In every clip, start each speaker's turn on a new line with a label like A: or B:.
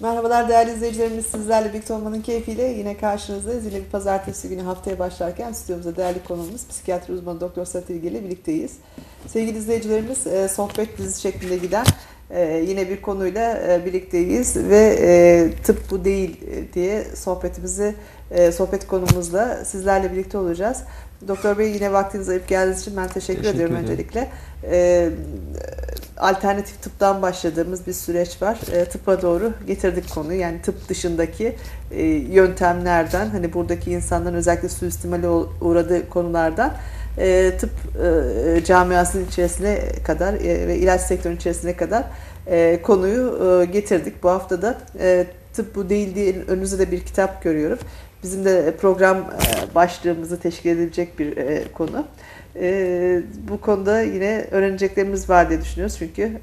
A: Merhabalar değerli izleyicilerimiz, sizlerle birlikte olmanın keyfiyle yine karşınızdayız. Yine bir pazartesi günü haftaya başlarken stüdyomuzda değerli konuğumuz psikiyatri uzmanı Doktor Satı İlgili ile birlikteyiz. Sevgili izleyicilerimiz, sohbet dizisi şeklinde giden yine bir konuyla birlikteyiz ve tıp bu değil diye sohbet konumuzla sizlerle birlikte olacağız. Doktor Bey, yine vaktinizi ayırıp geldiğiniz için ben teşekkür ediyorum öncelikle. Alternatif tıptan başladığımız bir süreç var. Tıpa doğru getirdik konuyu. Yani tıp dışındaki yöntemlerden, hani buradaki insanların özellikle suistimale uğradığı konulardan tıp camiasının içerisine kadar ve ilaç sektörünün içerisine kadar konuyu getirdik. Bu hafta da tıp bu değil diye önünüzde de bir kitap görüyorum. Bizim de program başlığımızı teşkil edilecek bir konu. Bu konuda yine öğreneceklerimiz var diye düşünüyoruz. Çünkü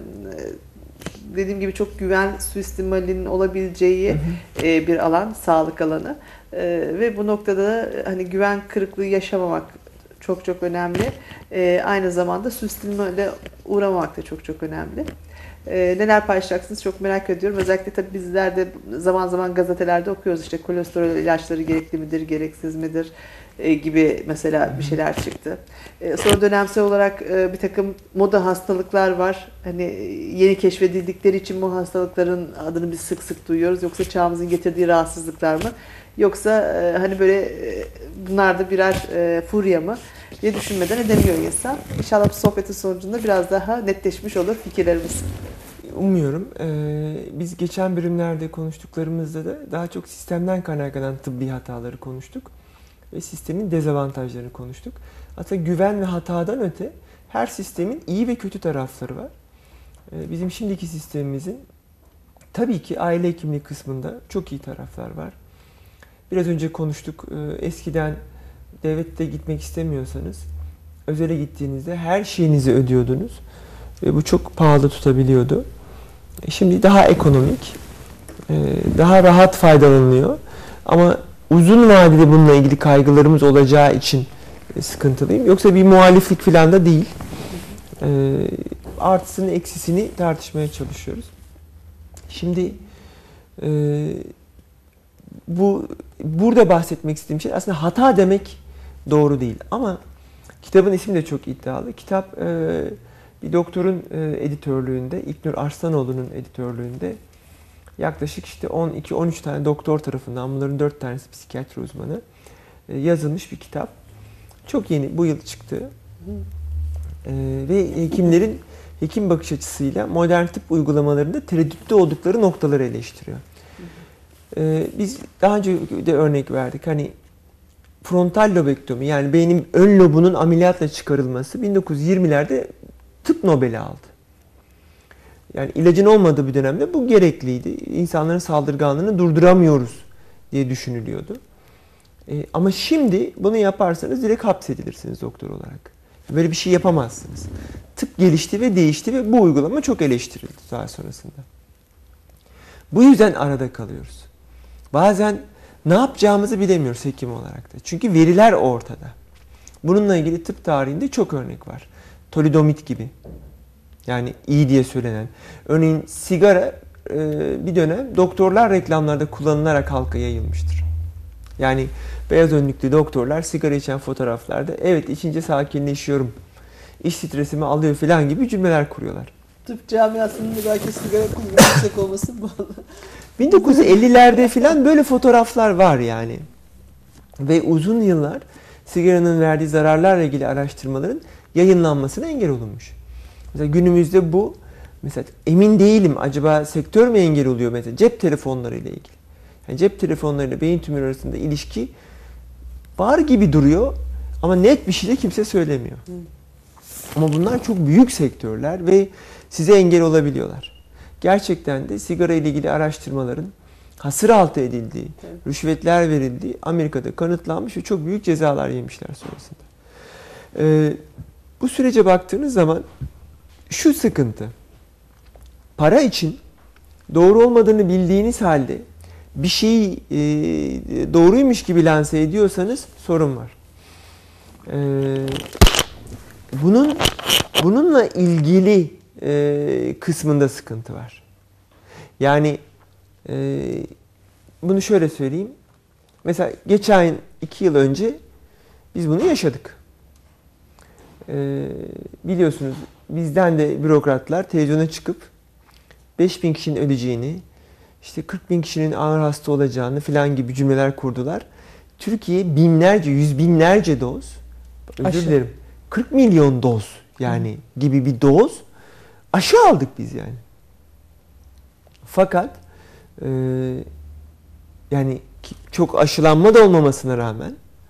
A: dediğim gibi çok güven suistimalinin olabileceği bir alan, sağlık alanı. Ve bu noktada da hani güven kırıklığı yaşamamak çok çok önemli. Aynı zamanda suistimale uğramamak da çok çok önemli. Neler paylaşacaksınız çok merak ediyorum. Özellikle tabii bizler de zaman zaman gazetelerde okuyoruz, işte kolesterol ilaçları gerekli midir, gereksiz midir gibi mesela bir şeyler çıktı. Sonra dönemsel olarak bir takım moda hastalıklar var. Hani yeni keşfedildikleri için bu hastalıkların adını biz sık sık duyuyoruz. Yoksa çağımızın getirdiği rahatsızlıklar mı? Yoksa hani böyle bunlar da birer furya mı diye düşünmeden edemiyor insan. İnşallah bu sohbetin sonucunda biraz daha netleşmiş olur fikirlerimiz.
B: Umuyorum. Biz geçen bölümlerde konuştuklarımızda da daha çok sistemden kaynaklanan tıbbi hataları konuştuk. Ve sistemin dezavantajlarını konuştuk. Aslında güven ve hatadan öte her sistemin iyi ve kötü tarafları var. Bizim şimdiki sistemimizin tabii ki aile hekimliği kısmında çok iyi taraflar var. Biraz önce konuştuk. Eskiden devlette gitmek istemiyorsanız özele gittiğinizde her şeyinizi ödüyordunuz. Ve bu çok pahalı tutabiliyordu. Şimdi daha ekonomik, daha rahat faydalanılıyor. Ama uzun vadede bununla ilgili kaygılarımız olacağı için sıkıntılıyım. Yoksa bir muhaliflik falan da değil. Artısını, eksisini tartışmaya çalışıyoruz. Şimdi burada bahsetmek istediğim şey aslında hata demek doğru değil. Ama kitabın ismi de çok iddialı. Kitap bir doktorun editörlüğünde, İlknur Arslanoğlu'nun editörlüğünde yaklaşık işte 12-13 tane doktor tarafından, bunların 4 tanesi psikiyatri uzmanı, yazılmış bir kitap. Çok yeni, bu yıl çıktı. Ve hekimlerin hekim bakış açısıyla modern tıp uygulamalarında tereddütte oldukları noktaları eleştiriyor. Biz daha önce de örnek verdik. Hani frontal lobektomi, yani beynin ön lobunun ameliyatla çıkarılması 1920'lerde tıp Nobel'i aldı. Yani ilacın olmadığı bir dönemde bu gerekliydi. İnsanların saldırganlığını durduramıyoruz diye düşünülüyordu. Ama şimdi bunu yaparsanız direkt hapsedilirsiniz doktor olarak. Böyle bir şey yapamazsınız. Tıp gelişti ve değişti ve bu uygulama çok eleştirildi daha sonrasında. Bu yüzden arada kalıyoruz. Bazen ne yapacağımızı bilemiyoruz hekim olarak da. Çünkü veriler ortada. Bununla ilgili tıp tarihinde çok örnek var. Talidomid gibi. Yani iyi diye söylenen. Örneğin sigara bir dönem doktorlar reklamlarda kullanılarak halka yayılmıştır. Yani beyaz önlüklü doktorlar sigara içen fotoğraflarda evet içince sakinleşiyorum, iş stresimi alıyor falan gibi cümleler kuruyorlar.
A: Tıp camiasının belki sigara kullanımı yüksek olması bağlı.
B: 1950'lerde falan böyle fotoğraflar var yani. Ve uzun yıllar sigaranın verdiği zararlarla ilgili araştırmaların yayınlanmasına engel olunmuş. Mesela günümüzde bu, mesela emin değilim acaba sektör mü engel oluyor, mesela cep telefonları ile ilgili. Yani cep telefonları ile beyin tümörü arasında ilişki var gibi duruyor ama net bir şey de kimse söylemiyor. Ama bunlar çok büyük sektörler ve size engel olabiliyorlar. Gerçekten de sigara ile ilgili araştırmaların hasır altı edildiği, rüşvetler verildiği Amerika'da kanıtlanmış ve çok büyük cezalar yemişler sonrasında. Bu sürece baktığınız zaman şu sıkıntı, para için doğru olmadığını bildiğiniz halde bir şeyi doğruymuş gibi lanse ediyorsanız sorun var. Bununla ilgili kısmında sıkıntı var. Yani Bunu şöyle söyleyeyim. Mesela geçen 2 yıl önce biz bunu yaşadık. Biliyorsunuz bizden de bürokratlar televizyona çıkıp 5.000 kişinin öleceğini, işte 40.000 kişinin ağır hasta olacağını falan gibi cümleler kurdular. Türkiye binlerce, yüz binlerce doz, özür dilerim, 40 milyon doz yani gibi bir doz aşı aldık biz yani. Fakat yani çok aşılanma da olmamasına rağmen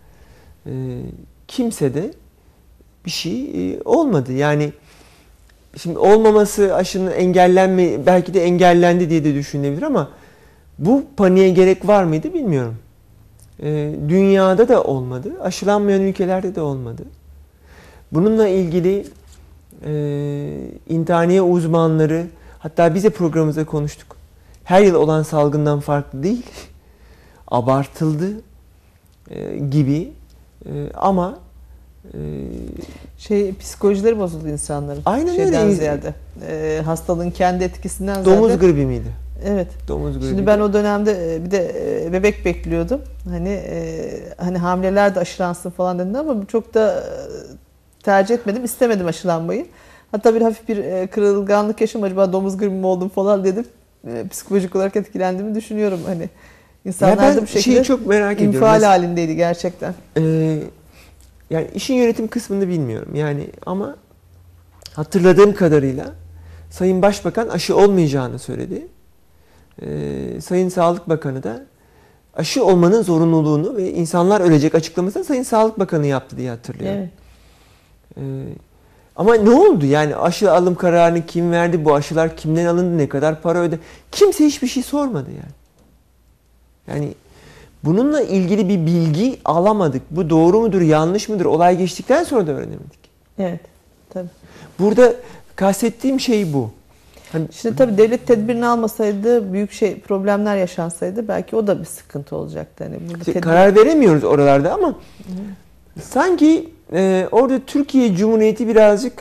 B: kimse de bir şey olmadı. Yani şimdi olmaması aşının belki de engellendi diye de düşünülebilir ama bu paniğe gerek var mıydı bilmiyorum. Dünyada da olmadı. Aşılanmayan ülkelerde de olmadı. Bununla ilgili intihaniye uzmanları, hatta biz de programımızda konuştuk. Her yıl olan salgından farklı değil. Abartıldı gibi ama
A: psikolojileri bozuldu insanların.
B: Aynen
A: Şeyden
B: öyle.
A: ziyade. Hastalığın kendi etkisinden ziyade.
B: Domuz gribi miydi?
A: Evet.
B: Domuz gribi.
A: Şimdi ben o dönemde bir de bebek bekliyordum. Hani hamileler de aşılansın falan dediler ama çok da tercih etmedim, istemedim aşılanmayı. Hatta bir hafif bir kırılganlık yaşam, acaba domuz gribi mi oldum falan dedim. Psikolojik olarak etkilendiğimi düşünüyorum hani. İnsanlar da bu şekilde
B: çok merak ediyorum.
A: infial halindeydi gerçekten.
B: Yani işin yönetim kısmını bilmiyorum. Yani ama hatırladığım kadarıyla Sayın Başbakan aşı olmayacağını söyledi. Sayın Sağlık Bakanı da aşı olmanın zorunluluğunu ve insanlar ölecek açıklamasını Sayın Sağlık Bakanı yaptı diye hatırlıyorum.
A: Evet.
B: Ama ne oldu? Yani aşı alım kararını kim verdi? Bu aşılar kimden alındı? Ne kadar para ödedi? Kimse hiçbir şey sormadı yani. Yani bununla ilgili bir bilgi alamadık. Bu doğru mudur, yanlış mıdır? Olay geçtikten sonra da öğrenemedik.
A: Evet, tabii.
B: Burada kastettiğim şey bu.
A: Şimdi tabii devlet tedbirini almasaydı, büyük problemler yaşansaydı belki o da bir sıkıntı olacaktı. Hani burada
B: karar veremiyoruz oralarda ama sanki orada Türkiye Cumhuriyeti birazcık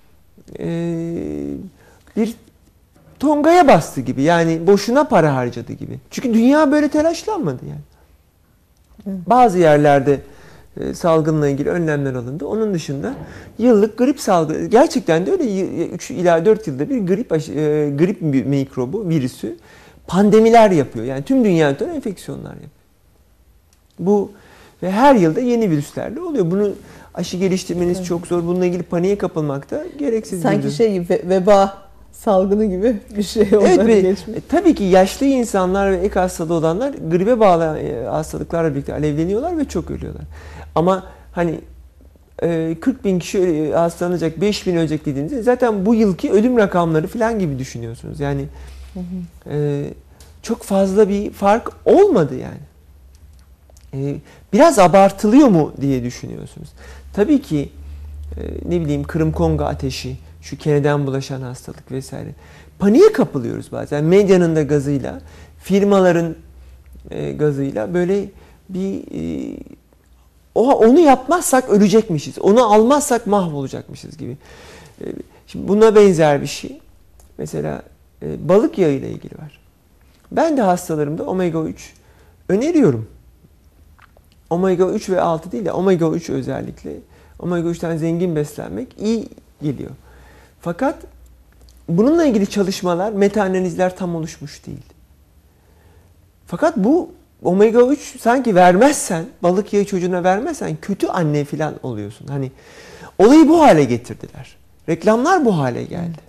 B: bir tongaya bastı gibi. Yani boşuna para harcadı gibi. Çünkü dünya böyle telaşlanmadı yani. Bazı yerlerde salgınla ilgili önlemler alındı. Onun dışında yıllık grip salgını, gerçekten de öyle 3 ila 4 yılda bir grip mikrobu, virüsü pandemiler yapıyor. Yani tüm dünyada enfeksiyonlar yapıyor. Bu ve her yılda yeni virüslerle oluyor. Bunu aşı geliştirmeniz çok zor. Bununla ilgili paniğe kapılmak da gereksiz.
A: Sanki veba salgını gibi bir şey
B: evet, tabii ki yaşlı insanlar ve ek hastalığı olanlar gribe bağlı hastalıklarla birlikte alevleniyorlar ve çok ölüyorlar. Ama hani 40.000 kişi hastalanacak, 5.000 ölecek dediğinizde zaten bu yılki ölüm rakamları falan gibi düşünüyorsunuz. Yani çok fazla bir fark olmadı yani. Biraz abartılıyor mu diye düşünüyorsunuz. Tabii ki ne bileyim Kırım-Kongo ateşi, şu keneden bulaşan hastalık vesaire. Paniğe kapılıyoruz bazen. Medyanın da gazıyla, firmaların gazıyla böyle bir onu yapmazsak ölecekmişiz. Onu almazsak mahvolacakmışız gibi. Şimdi buna benzer bir şey. Mesela balık yağı ile ilgili var. Ben de hastalarımda omega 3 öneriyorum. Omega 3 ve 6 değil de omega 3 özellikle. Omega 3'ten zengin beslenmek iyi geliyor. Fakat bununla ilgili çalışmalar, meta-analizler tam oluşmuş değil. Fakat bu omega 3 sanki vermezsen, balık yağı çocuğuna vermezsen kötü anne falan oluyorsun. Hani olayı bu hale getirdiler. Reklamlar bu hale geldi.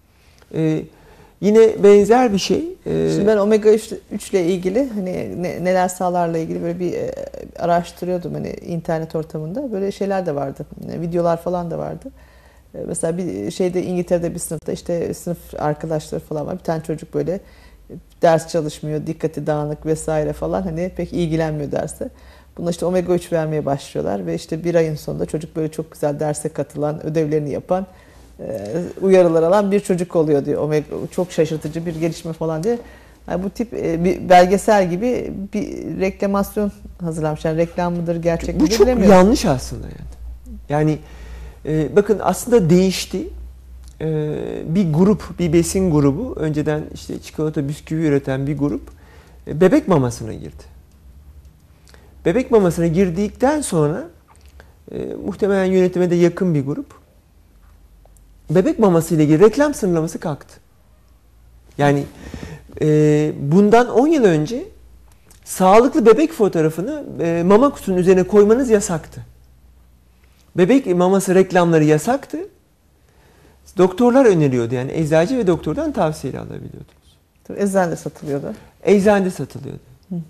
B: Yine benzer bir şey.
A: Şimdi ben omega 3 ile ilgili hani neler sağlarla ilgili böyle bir araştırıyordum hani internet ortamında. Böyle şeyler de vardı. Videolar falan da vardı. Mesela bir şeyde İngiltere'de bir sınıfta işte sınıf arkadaşları falan var. Bir tane çocuk böyle ders çalışmıyor, dikkati dağınık vesaire falan hani pek ilgilenmiyor derse. Buna işte omega 3 vermeye başlıyorlar ve işte bir ayın sonunda çocuk böyle çok güzel derse katılan, ödevlerini yapan, uyarılar alan bir çocuk oluyor diyor. Omega çok şaşırtıcı bir gelişme falan diye. Yani bu tip bir belgesel gibi bir reklamasyon hazırlamış. Yani reklam mıdır, gerçek midir bilemiyorum.
B: Bu çok yanlış aslında yani. Yani bakın aslında değişti. bir grup, bir besin grubu, önceden işte çikolata, bisküvi üreten bir grup bebek mamasına girdi. Bebek mamasına girdikten sonra muhtemelen yönetime de yakın bir grup bebek maması ile ilgili reklam sınırlaması kalktı. Yani bundan 10 yıl önce sağlıklı bebek fotoğrafını mama kutusunun üzerine koymanız yasaktı. Bebek maması reklamları yasaktı. Doktorlar öneriyordu, yani eczacı ve doktordan tavsiye alabiliyordunuz.
A: Eczanede satılıyordu.
B: Eczanede satılıyordu.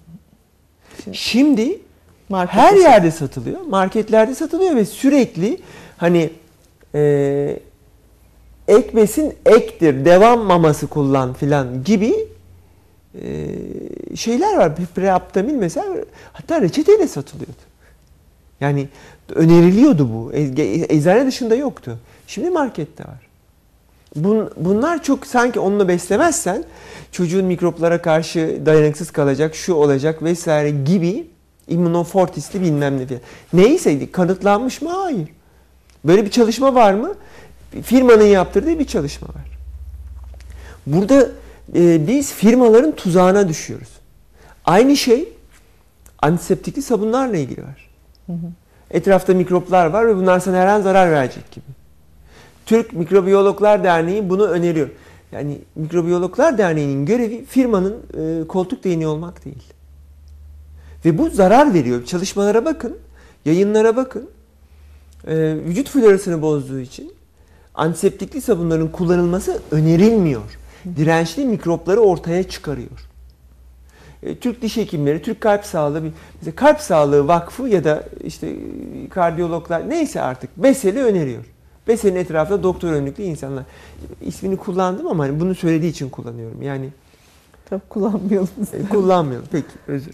B: Şimdi
A: Markette
B: her yerde satılıyor, marketlerde satılıyor ve sürekli hani ek besin ektir, devam maması kullan filan gibi şeyler var. Preaptamil mesela hatta reçeteyle satılıyordu. Yani öneriliyordu bu. Eczane dışında yoktu. Şimdi markette var. Bunlar çok, sanki onunla beslemezsen çocuğun mikroplara karşı dayanıksız kalacak, şu olacak vesaire gibi immünofortisli bilmem ne diye. Neyse, kanıtlanmış mı? Hayır. Böyle bir çalışma var mı? Firmanın yaptırdığı bir çalışma var. Burada biz firmaların tuzağına düşüyoruz. Aynı şey antiseptikli sabunlarla ilgili var. Etrafta mikroplar var ve bunlar sana her an zarar verecek gibi. Türk Mikrobiyologlar Derneği bunu öneriyor. Yani Mikrobiyologlar Derneği'nin görevi firmanın koltuk değneği olmak değil. Ve bu zarar veriyor. Çalışmalara bakın, yayınlara bakın. Vücut florasını bozduğu için antiseptikli sabunların kullanılması önerilmiyor. Dirençli mikropları ortaya çıkarıyor. Türk Diş Hekimleri, Türk Kalp Sağlığı, mesela Kalp Sağlığı Vakfı ya da işte kardiyologlar neyse artık BESEL'i öneriyor. BESEL'in etrafında doktor önlüklü insanlar. İsmini kullandım ama hani bunu söylediği için kullanıyorum. Yani
A: tabii kullanmayalım.
B: Kullanmayalım. Peki, özür.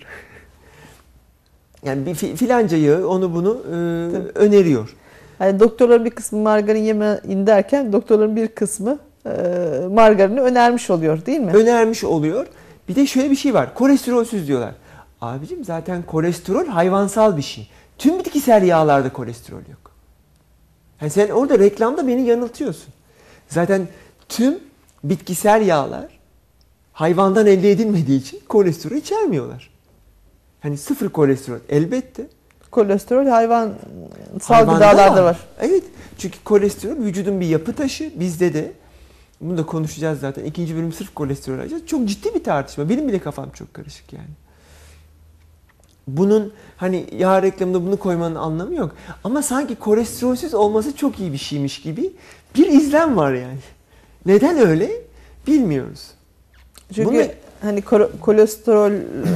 B: Yani bir filanca yağı onu bunu öneriyor.
A: Yani doktorların bir kısmı margarin yemeyin derken doktorların bir kısmı margarini önermiş oluyor, değil mi?
B: Önermiş oluyor. Bir de şöyle bir şey var. Kolesterolsüz diyorlar. Abicim zaten kolesterol hayvansal bir şey. Tüm bitkisel yağlarda kolesterol yok. Yani sen orada reklamda beni yanıltıyorsun. Zaten tüm bitkisel yağlar hayvandan elde edilmediği için kolesterol içermiyorlar. Hani sıfır kolesterol elbette.
A: Kolesterol hayvansal gıdalarda var.
B: Evet. Çünkü kolesterol vücudun bir yapı taşı. Bizde de. Bunu da konuşacağız zaten. 2. bölüm sırf kolesterol alacağız. Çok ciddi bir tartışma. Benim bile kafam çok karışık yani. Bunun hani yağ reklamında bunu koymanın anlamı yok. Ama sanki kolesterolsüz olması çok iyi bir şeymiş gibi bir izlem var yani. Neden öyle? Bilmiyoruz.
A: Çünkü
B: bunu,
A: hani kolesterol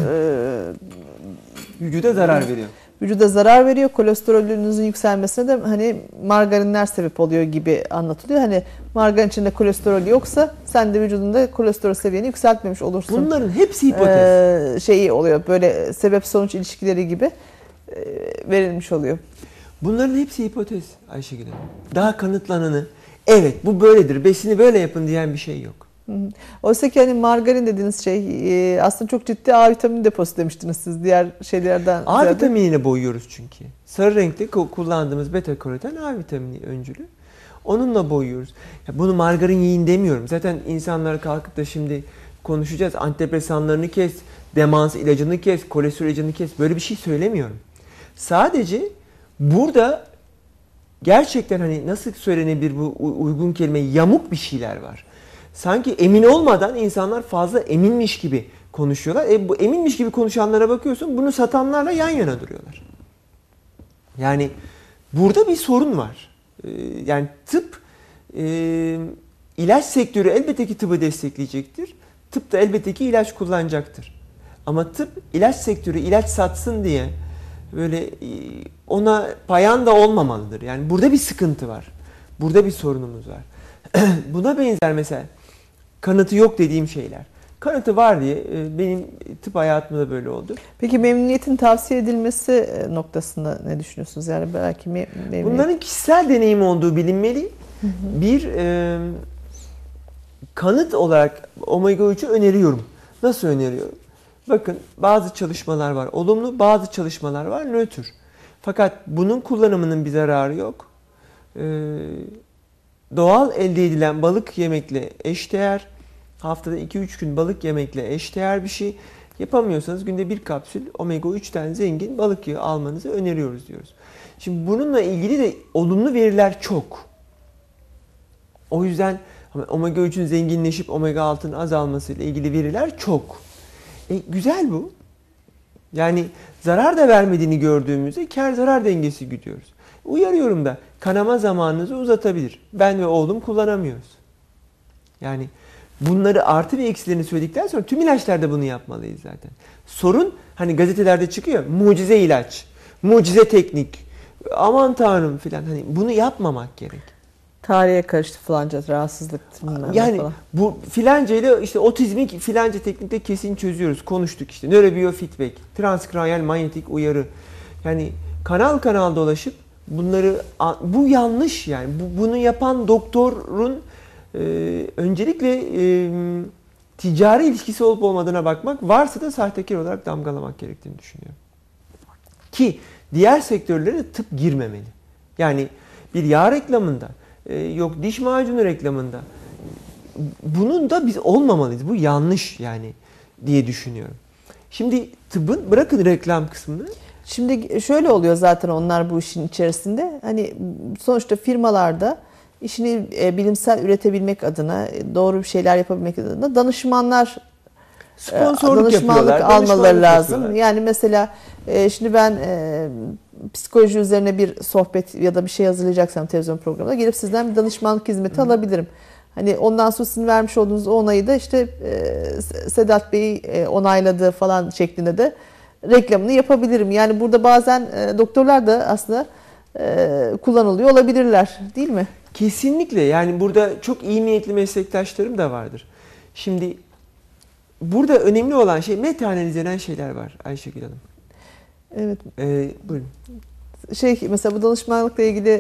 B: vücuda zarar veriyor.
A: Vücuda zarar veriyor. Kolesterolünüzün yükselmesine de hani margarinler sebep oluyor gibi anlatılıyor. Hani margarin içinde kolesterol yoksa sen de vücudunda kolesterol seviyeni yükseltmemiş olursun.
B: Bunların hepsi hipotez.
A: Şeyi oluyor, böyle sebep sonuç ilişkileri gibi verilmiş oluyor.
B: Bunların hepsi hipotez Ayşegül Hanım. Daha kanıtlananı, evet bu böyledir, besini böyle yapın diyen bir şey yok.
A: Oysa ki hani margarin dediğiniz şey aslında çok ciddi A vitamini deposu demiştiniz siz diğer şeylerden.
B: A vitaminiyle boyuyoruz çünkü. Sarı renkte kullandığımız beta karoten A vitamini öncülü. Onunla boyuyoruz. Ya bunu margarin yiyin demiyorum. Zaten insanlar kalkıp da şimdi konuşacağız. Antidepresanlarını kes, demans ilacını kes, kolesterol ilacını kes. Böyle bir şey söylemiyorum. Sadece burada gerçekten hani nasıl söylenebilir bu uygun kelime, yamuk bir şeyler var. Sanki emin olmadan insanlar fazla eminmiş gibi konuşuyorlar. Bu eminmiş gibi konuşanlara bakıyorsun, bunu satanlarla yan yana duruyorlar. Yani burada bir sorun var. Yani tıp, ilaç sektörü elbette ki tıbbı destekleyecektir. Tıp da elbette ki ilaç kullanacaktır. Ama tıp ilaç sektörü ilaç satsın diye böyle ona payan da olmamalıdır. Yani burada bir sıkıntı var. Burada bir sorunumuz var. Buna benzer mesela kanıtı yok dediğim şeyler. Kanıtı var diye benim tıp hayatımda da böyle oldu.
A: Peki memnuniyetin tavsiye edilmesi noktasında ne düşünüyorsunuz? Yani belki memnuniyet...
B: Bunların kişisel deneyim olduğu bilinmeli. Bir kanıt olarak omega 3'ü öneriyorum. Nasıl öneriyorum? Bakın bazı çalışmalar var olumlu, bazı çalışmalar var nötr. Fakat bunun kullanımının bir zararı yok. doğal elde edilen balık yemekle eşdeğer, haftada 2-3 gün balık yemekle eşdeğer bir şey. Yapamıyorsanız günde bir kapsül omega 3'ten zengin balık yağı almanızı öneriyoruz diyoruz. Şimdi bununla ilgili de olumlu veriler çok. O yüzden omega 3'ün zenginleşip omega 6'nın azalmasıyla ilgili veriler çok. Güzel bu. Yani zarar da vermediğini gördüğümüzde kar zarar dengesi gidiyoruz. Uyarıyorum da kanama zamanınızı uzatabilir. Ben ve oğlum kullanamıyoruz. Yani bunları artı ve eksilerini söyledikten sonra tüm ilaçlarda bunu yapmalıyız zaten. Sorun hani gazetelerde çıkıyor. Mucize ilaç, mucize teknik, aman tanrım filan. Hani bunu yapmamak gerek.
A: Tarihe karıştı falanca rahatsızlıktır bunlar
B: yani
A: falan.
B: Bu filanca ile işte otizmi filanca teknikte kesin çözüyoruz. Konuştuk işte. Nörobiyofeedback, transkranyal manyetik uyarı. Yani kanal kanal dolaşıp bunları, bu yanlış yani. Bunu yapan doktorun öncelikle ticari ilişkisi olup olmadığına bakmak, varsa da sahtekar olarak damgalamak gerektiğini düşünüyorum. Ki diğer sektörlere de tıp girmemeli. Yani bir yağ reklamında, yok diş macunu reklamında, bunun da biz olmamalıyız. Bu yanlış yani diye düşünüyorum. Şimdi tıbbın, bırakın reklam kısmını.
A: Şimdi şöyle oluyor zaten onlar bu işin içerisinde. Hani sonuçta firmalarda işini bilimsel üretebilmek adına, doğru bir şeyler yapabilmek adına danışmanlar, danışmanlık almaları lazım. Yapıyorlar. Yani mesela şimdi ben psikoloji üzerine bir sohbet ya da bir şey hazırlayacaksam televizyon programında gelip sizden bir danışmanlık hizmeti alabilirim. Hani ondan sonra sizin vermiş olduğunuz onayı da işte Sedat Bey onayladığı falan şeklinde de reklamını yapabilirim. Yani burada bazen doktorlar da aslında kullanılıyor olabilirler, değil mi?
B: Kesinlikle. Yani burada çok iyi niyetli meslektaşlarım da vardır. Şimdi burada önemli olan şey, meta analiz denen şeyler var Ayşegül Hanım.
A: Evet.
B: Buyurun.
A: Mesela bu danışmanlıkla ilgili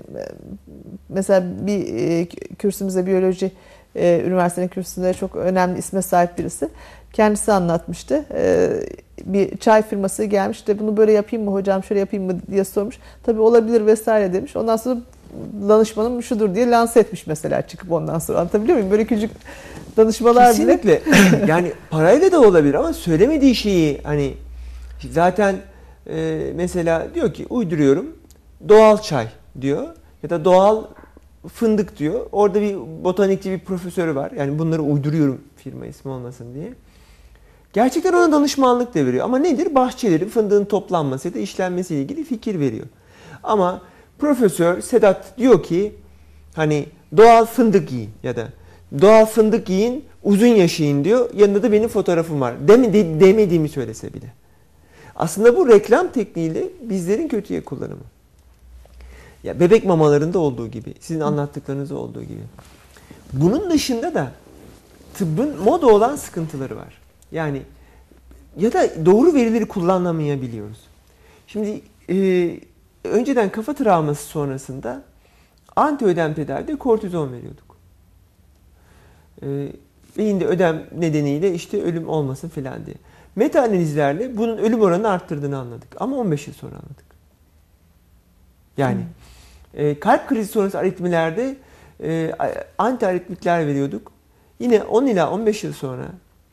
A: mesela bir kürsümüzde, biyoloji üniversitenin kürsüsünde çok önemli isme sahip birisi kendisi anlatmıştı. Bir çay firması gelmiş de bunu böyle yapayım mı hocam, şöyle yapayım mı diye sormuş. Tabii olabilir vesaire demiş. Ondan sonra danışmanım şudur diye lanse etmiş mesela, çıkıp ondan sonra. Anlatabiliyor muyum? Böyle küçük danışmalar
B: kesinlikle bile. Yani parayla da olabilir ama söylemediği şeyi, hani zaten mesela diyor ki uyduruyorum, doğal çay diyor ya da doğal fındık diyor. Orada bir botanikçi, bir profesörü var. Yani bunları uyduruyorum firma ismi olmasın diye. Gerçekten ona danışmanlık da veriyor. Ama nedir? Bahçelerin, fındığın toplanması ya da işlenmesiyle ilgili fikir veriyor. Ama Profesör Sedat diyor ki hani doğal fındık yiyin ya da doğal fındık yiyin, uzun yaşayın diyor. Yanında da benim fotoğrafım var. Demediğimi söylese bile. Aslında bu reklam tekniğiyle bizlerin kötüye kullanımı. Ya bebek mamalarında olduğu gibi, sizin anlattıklarınızda olduğu gibi. Bunun dışında da tıbbın moda olan sıkıntıları var. Yani ya da doğru verileri kullanamayabiliyoruz. Şimdi önceden kafa travması sonrasında antiödem tedavide kortizon veriyorduk. Beyinde ödem nedeniyle işte ölüm olmasın filan diye. Meta analizlerle bunun ölüm oranını arttırdığını anladık. Ama 15 yıl sonra anladık. Yani kalp krizi sonrası aritmilerde antiaritmikler veriyorduk. Yine 10 ila 15 yıl sonra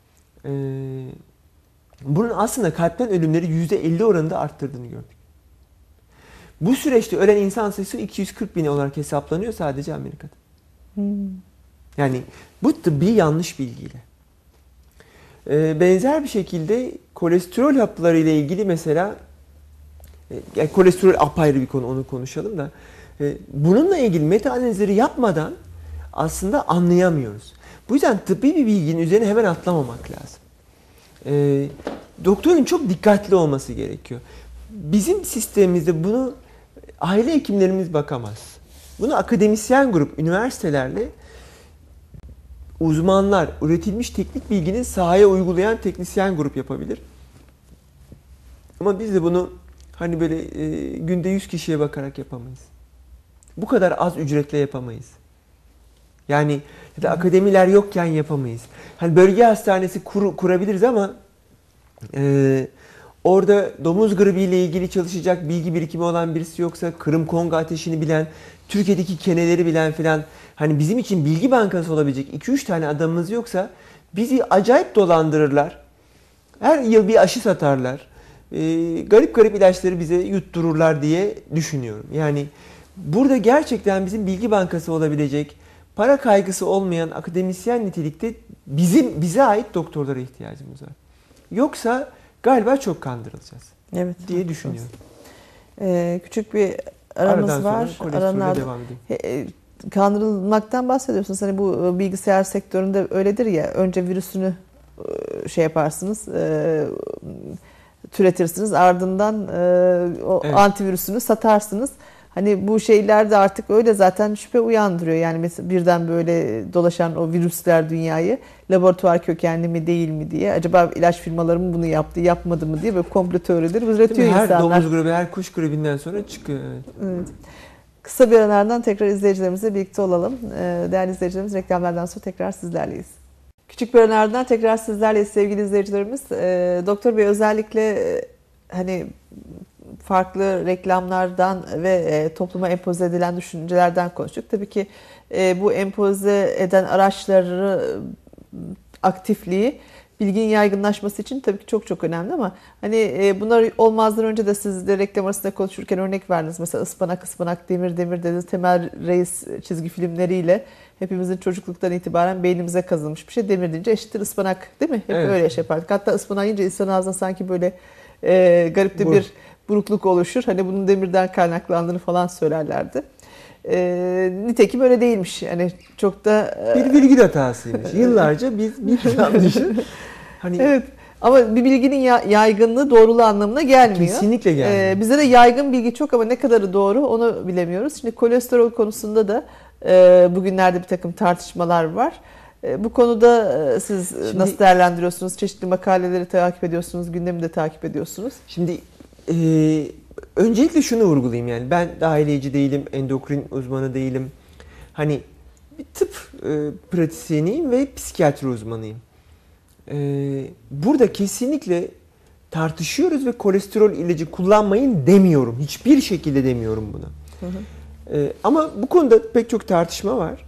B: bunun aslında kalpten ölümleri %50 oranında arttırdığını gördük. Bu süreçte ölen insan sayısı 240 bin olarak hesaplanıyor sadece Amerika'da. Yani bu tıbbi yanlış bilgiyle. Benzer bir şekilde kolesterol hapları ile ilgili mesela, yani kolesterol apayrı bir konu, onu konuşalım da, bununla ilgili meta analizleri yapmadan aslında anlayamıyoruz. Bu yüzden tıbbi bir bilginin üzerine hemen atlamamak lazım. Doktorun çok dikkatli olması gerekiyor. Bizim sistemimizde bunu aile hekimlerimiz bakamaz. Bunu akademisyen grup, üniversitelerle uzmanlar, üretilmiş teknik bilginin sahaya uygulayan teknisyen grup yapabilir. Ama biz de bunu hani böyle günde 100 kişiye bakarak yapamayız. Bu kadar az ücretle yapamayız. Yani ya da akademiler yokken yapamayız. Hani bölge hastanesi kurabiliriz ama orada domuz gribi ile ilgili çalışacak bilgi birikimi olan birisi yoksa, Kırım-Kongo ateşini bilen, Türkiye'deki keneleri bilen filan, hani bizim için bilgi bankası olabilecek 2-3 tane adamımız yoksa bizi acayip dolandırırlar. Her yıl bir aşı satarlar. Garip garip ilaçları bize yuttururlar diye düşünüyorum. Yani burada gerçekten bizim bilgi bankası olabilecek, para kaygısı olmayan akademisyen nitelikte bize ait doktorlara ihtiyacımız var. Yoksa galiba çok kandırılacağız,
A: evet,
B: diye düşünüyorum.
A: Küçük bir aramız
B: Aradan
A: var.
B: sonra kolesterole devam edeyim.
A: Kandırılmaktan bahsediyorsunuz. Hani bu bilgisayar sektöründe öyledir ya. Önce virüsünü şey yaparsınız, türetirsiniz. Ardından o
B: Evet.
A: antivirüsünü satarsınız. Hani bu şeyler de artık öyle zaten şüphe uyandırıyor. Yani mesela birden böyle dolaşan o virüsler dünyayı, laboratuvar kökenli mi değil mi diye. Acaba ilaç firmaları mı bunu yaptı, yapmadı mı diye böyle komplo teorileri üretiyor
B: Her
A: insanlar.
B: domuz gribi, her kuş gribinden sonra çıkıyor. Evet.
A: Evet. Kısa bir aralardan tekrar izleyicilerimizle birlikte olalım. Değerli izleyicilerimiz, reklamlardan sonra tekrar sizlerleyiz. Küçük bir aralardan tekrar sizlerleyiz sevgili izleyicilerimiz. Doktor Bey, özellikle hani farklı reklamlardan ve topluma empoze edilen düşüncelerden konuştuk. Tabii ki bu empoze eden araçları aktifliği bilginin yaygınlaşması için tabii ki çok çok önemli ama hani bunlar olmazdan önce de siz de reklam arasında konuşurken örnek verdiniz. Mesela ıspanak ıspanak, demir demir dediniz. Temel Reis çizgi filmleriyle hepimizin çocukluktan itibaren beynimize kazınmış bir şey. Demir deyince eşittir ıspanak, değil mi? Hep
B: Evet.
A: öyle şey yapardık. Hatta ıspanak yiyince insan ağzına sanki böyle garip de bir burukluk oluşur. Hani bunun demirden kaynaklandığını falan söylerlerdi. Nitekim öyle değilmiş. Yani çok da
B: Bir virgül hatasıymış. Yıllarca biz bir yanlışın. Hani
A: evet. Ama bir bilginin yaygınlığı doğruluğu anlamına gelmiyor.
B: kesinlikle gelmiyor.
A: Bize de yaygın bilgi çok ama ne kadarı doğru onu bilemiyoruz. Şimdi kolesterol konusunda da bugünlerde bir takım tartışmalar var. Bu konuda siz nasıl değerlendiriyorsunuz? Çeşitli makaleleri takip ediyorsunuz, gündemi de takip ediyorsunuz.
B: Şimdi öncelikle şunu vurgulayayım, yani ben dahiliyeci değilim, endokrin uzmanı değilim. Hani bir tıp pratisyeniyim ve psikiyatri uzmanıyım. Burada kesinlikle tartışıyoruz ve kolesterol ilacı kullanmayın demiyorum. Hiçbir şekilde demiyorum bunu.
A: Hı hı.
B: Ama bu konuda pek çok tartışma var.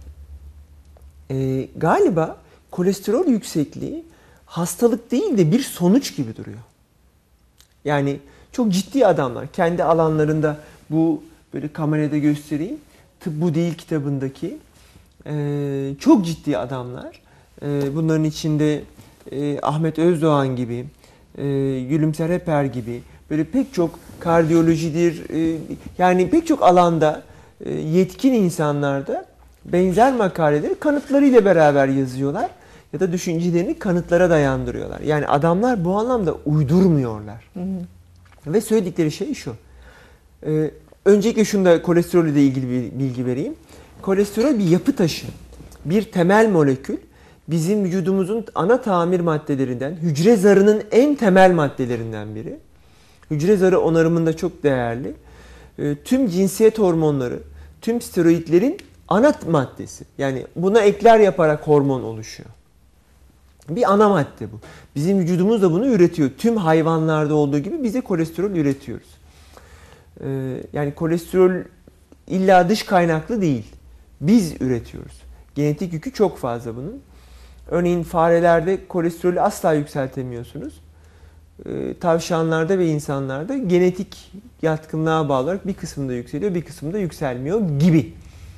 B: Galiba kolesterol yüksekliği hastalık değil de bir sonuç gibi duruyor. Yani çok ciddi adamlar kendi alanlarında, bu böyle kamerada göstereyim, Tıp Bu Değil kitabındaki çok ciddi adamlar, bunların içinde Ahmet Özdoğan gibi, Gülümser Heper gibi, böyle pek çok kardiyolojidir, yani pek çok alanda yetkin insanlar da benzer makaleleri kanıtlarıyla beraber yazıyorlar ya da düşüncelerini kanıtlara dayandırıyorlar. Yani adamlar bu anlamda uydurmuyorlar.
A: Hı hı.
B: Ve söyledikleri şey şu. Öncelikle şunu da kolesterolle ilgili bir bilgi vereyim. Kolesterol bir yapı taşı, bir temel molekül. Bizim vücudumuzun ana tamir maddelerinden, hücre zarının en temel maddelerinden biri. Hücre zarı onarımında çok değerli. Tüm cinsiyet hormonları, tüm steroidlerin ana maddesi. Yani buna ekler yaparak hormon oluşuyor. Bir ana madde bu. Bizim vücudumuz da bunu üretiyor. Tüm hayvanlarda olduğu gibi biz de kolesterol üretiyoruz. Yani kolesterol illa dış kaynaklı değil. Biz üretiyoruz. Genetik yükü çok fazla bunun. Örneğin farelerde kolesterolü asla yükseltemiyorsunuz. Tavşanlarda ve insanlarda genetik yatkınlığa bağlı olarak bir kısmında yükseliyor, bir kısmında yükselmiyor gibi.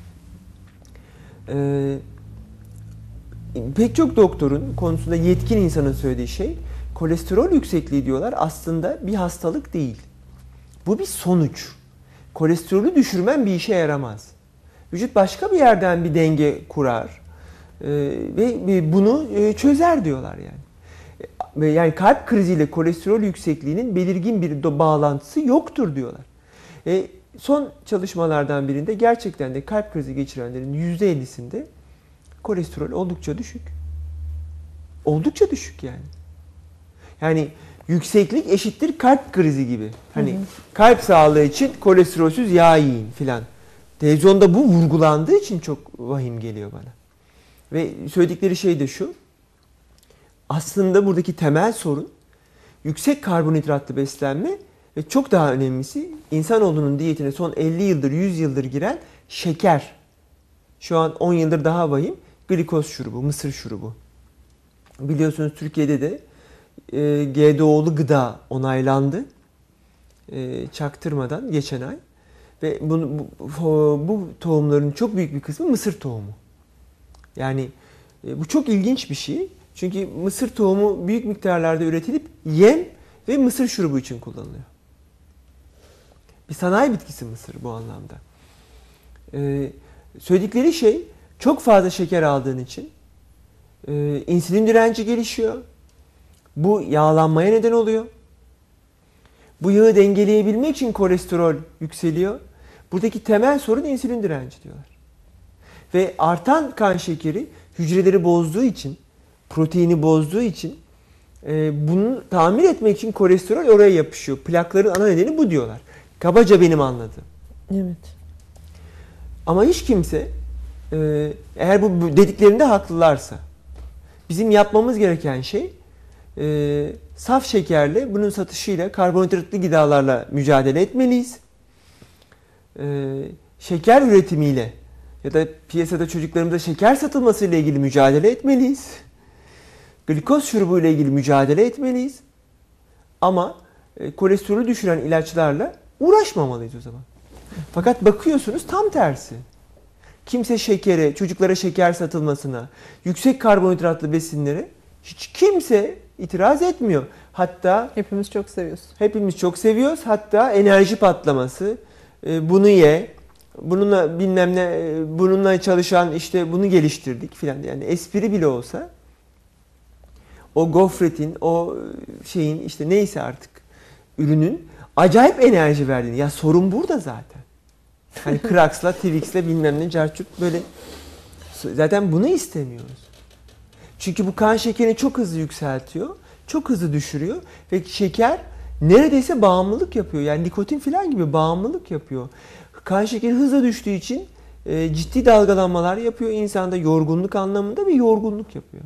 B: Pek çok doktorun konusunda yetkin insanın söylediği şey, kolesterol yüksekliği diyorlar, aslında bir hastalık değil. Bu bir sonuç. Kolesterolü düşürmen bir işe yaramaz. Vücut başka bir yerden bir denge kurar ve bunu çözer diyorlar yani. Yani kalp kriziyle kolesterol yüksekliğinin belirgin bir bağlantısı yoktur diyorlar. Son çalışmalardan birinde gerçekten de kalp krizi geçirenlerin %50'sinde kolesterol oldukça düşük. Oldukça düşük yani. Yani yükseklik eşittir kalp krizi gibi. Hani kalp sağlığı için kolesterolsüz yağ yiyin filan. Televizyonda bu vurgulandığı için çok vahim geliyor bana. Ve söyledikleri şey de şu. Aslında buradaki temel sorun yüksek karbonhidratlı beslenme ve çok daha önemlisi insanoğlunun diyetine son 50 yıldır, 100 yıldır giren şeker. Şu an 10 yıldır daha vahim glikoz şurubu, mısır şurubu. Biliyorsunuz Türkiye'de de GDO'lu gıda onaylandı. Çaktırmadan geçen ay. Ve bu tohumların çok büyük bir kısmı mısır tohumu. Yani bu çok ilginç bir şey. Çünkü mısır tohumu büyük miktarlarda üretilip yem ve mısır şurubu için kullanılıyor. Bir sanayi bitkisi mısır bu anlamda. Söyledikleri şey çok fazla şeker aldığın için insülin direnci gelişiyor. Bu yağlanmaya neden oluyor. Bu yağı dengeleyebilmek için kolesterol yükseliyor. Buradaki temel sorun insülin direnci diyorlar. Ve artan kan şekeri hücreleri bozduğu için, proteini bozduğu için bunu tamir etmek için kolesterol oraya yapışıyor. Plakların ana nedeni bu diyorlar. Kabaca benim anladığım.
A: Evet.
B: Ama hiç kimse eğer bu dediklerinde haklılarsa bizim yapmamız gereken şey saf şekerle, bunun satışıyla, karbonhidratlı gıdalarla mücadele etmeliyiz. Şeker üretimiyle ya da piyasada çocuklarımıza şeker satılmasıyla ilgili mücadele etmeliyiz. Glikoz şurubu ile ilgili mücadele etmeliyiz. Ama kolesterolü düşüren ilaçlarla uğraşmamalıyız o zaman. Fakat bakıyorsunuz tam tersi. Kimse şekere, çocuklara şeker satılmasına, yüksek karbonhidratlı besinlere hiç kimse itiraz etmiyor. Hatta
A: hepimiz çok seviyoruz.
B: Hepimiz çok seviyoruz. Hatta enerji patlaması, bunu ye, bununla bilmem ne, bununla çalışan işte bunu geliştirdik filan. Yani espri bile olsa o gofretin, o şeyin işte neyse artık ürünün acayip enerji verdiğini. Ya sorun burada zaten. Hani Cracks'la, Twix'le bilmem ne, carçurt böyle. Zaten bunu istemiyoruz. Çünkü bu kan şekerini çok hızlı yükseltiyor. Çok hızlı düşürüyor. Ve şeker neredeyse bağımlılık yapıyor. Yani nikotin falan gibi bağımlılık yapıyor. Kan şekeri hızla düştüğü için ciddi dalgalanmalar yapıyor. İnsanda yorgunluk anlamında bir yorgunluk yapıyor.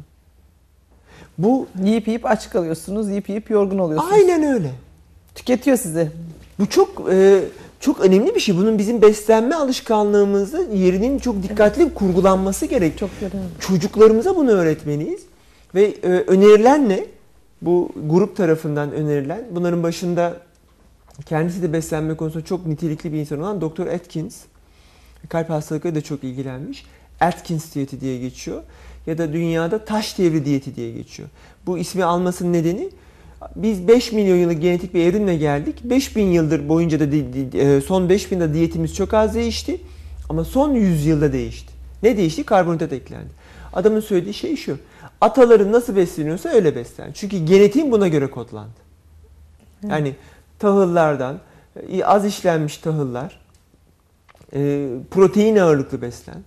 B: Bu
A: yiyip yiyip aç kalıyorsunuz. Yiyip yiyip yorgun oluyorsunuz.
B: Aynen öyle.
A: Tüketiyor sizi.
B: Bu çok önemli bir şey. Bunun bizim beslenme alışkanlığımızda yerinin çok dikkatli kurgulanması gerek.
A: Çok önemli.
B: Çocuklarımıza bunu öğretmeliyiz. Ve önerilen ne? Bu grup tarafından önerilen. Bunların başında kendisi de beslenme konusunda çok nitelikli bir insan olan Dr. Atkins. Kalp hastalıkları da çok ilgilenmiş. Atkins diyeti diye geçiyor. Ya da dünyada taş devri diyeti diye geçiyor. Bu ismi almasının nedeni, biz 5 milyon yıllık genetik bir evrimle geldik. 5000 yıldır boyunca da son 5000 yılda diyetimiz çok az değişti. Ama son 100 yılda değişti. Ne değişti? Karbonhidrat eklendi. Adamın söylediği şey şu: ataların nasıl besleniyorsa öyle beslen. Çünkü genetiğin buna göre kodlandı. Yani tahıllardan, az işlenmiş tahıllar, protein ağırlıklı beslen.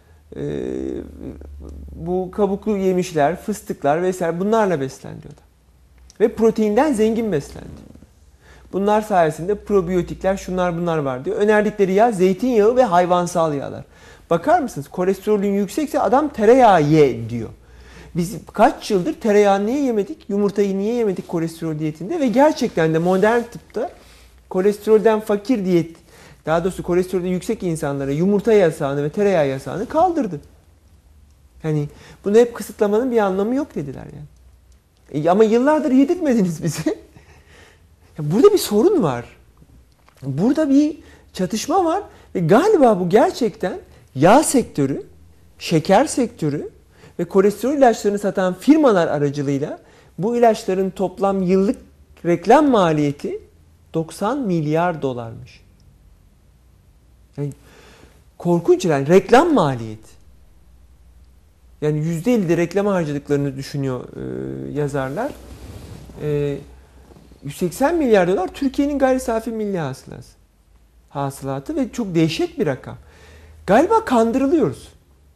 B: Bu kabuklu yemişler, fıstıklar vesaire, bunlarla beslen diyordu. Ve proteinden zengin beslendi. Bunlar sayesinde probiyotikler, şunlar bunlar var diyor. Önerdikleri yağ zeytinyağı ve hayvansal yağlar. Bakar mısınız? Kolesterolün yüksekse adam tereyağı ye diyor. Biz kaç yıldır tereyağı niye yemedik? Yumurtayı niye yemedik kolesterol diyetinde? Ve gerçekten de modern tıpta kolesterolden fakir diyet, daha doğrusu kolesterolü yüksek insanlara yumurta yasağını ve tereyağı yasağını kaldırdı. Yani bunu hep kısıtlamanın bir anlamı yok dediler yani. Ama yıllardır yedirtmediniz bizi. Burada bir sorun var. Burada bir çatışma var ve galiba bu gerçekten yağ sektörü, şeker sektörü ve kolesterol ilaçlarını satan firmalar aracılığıyla bu ilaçların toplam yıllık reklam maliyeti 90 milyar dolarmış. Yani korkunç, yani reklam maliyeti. Yani %50'de reklama harcadıklarını düşünüyor yazarlar. 180 milyar dolar Türkiye'nin gayri safi milli hasılatı ve çok dehşet bir rakam. Galiba kandırılıyoruz.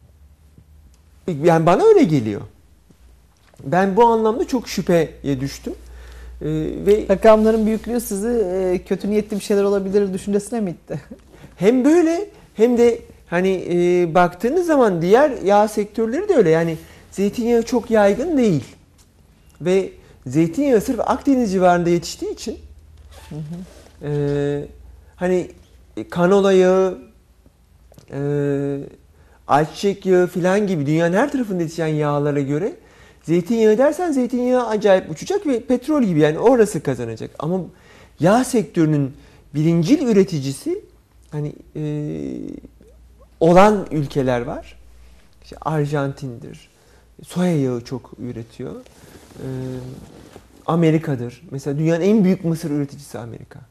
B: Yani bana öyle geliyor. Ben bu anlamda çok şüpheye düştüm. Ve
A: rakamların büyüklüğü sizi kötü niyetli bir şeyler olabilir düşüncesine mi itti?
B: Hem böyle hem de hani baktığınız zaman diğer yağ sektörleri de öyle. Yani zeytinyağı çok yaygın değil. Ve zeytinyağı sırf Akdeniz civarında yetiştiği için hani kanola yağı, ayçiçek yağı filan gibi dünyanın her tarafında yetişen yağlara göre zeytinyağı dersen zeytinyağı acayip uçacak ve petrol gibi, yani orası kazanacak. Ama yağ sektörünün birincil üreticisi hani olan ülkeler var. İşte Arjantin'dir. Soya yağı çok üretiyor. Amerika'dır. Mesela dünyanın en büyük mısır üreticisi Amerika.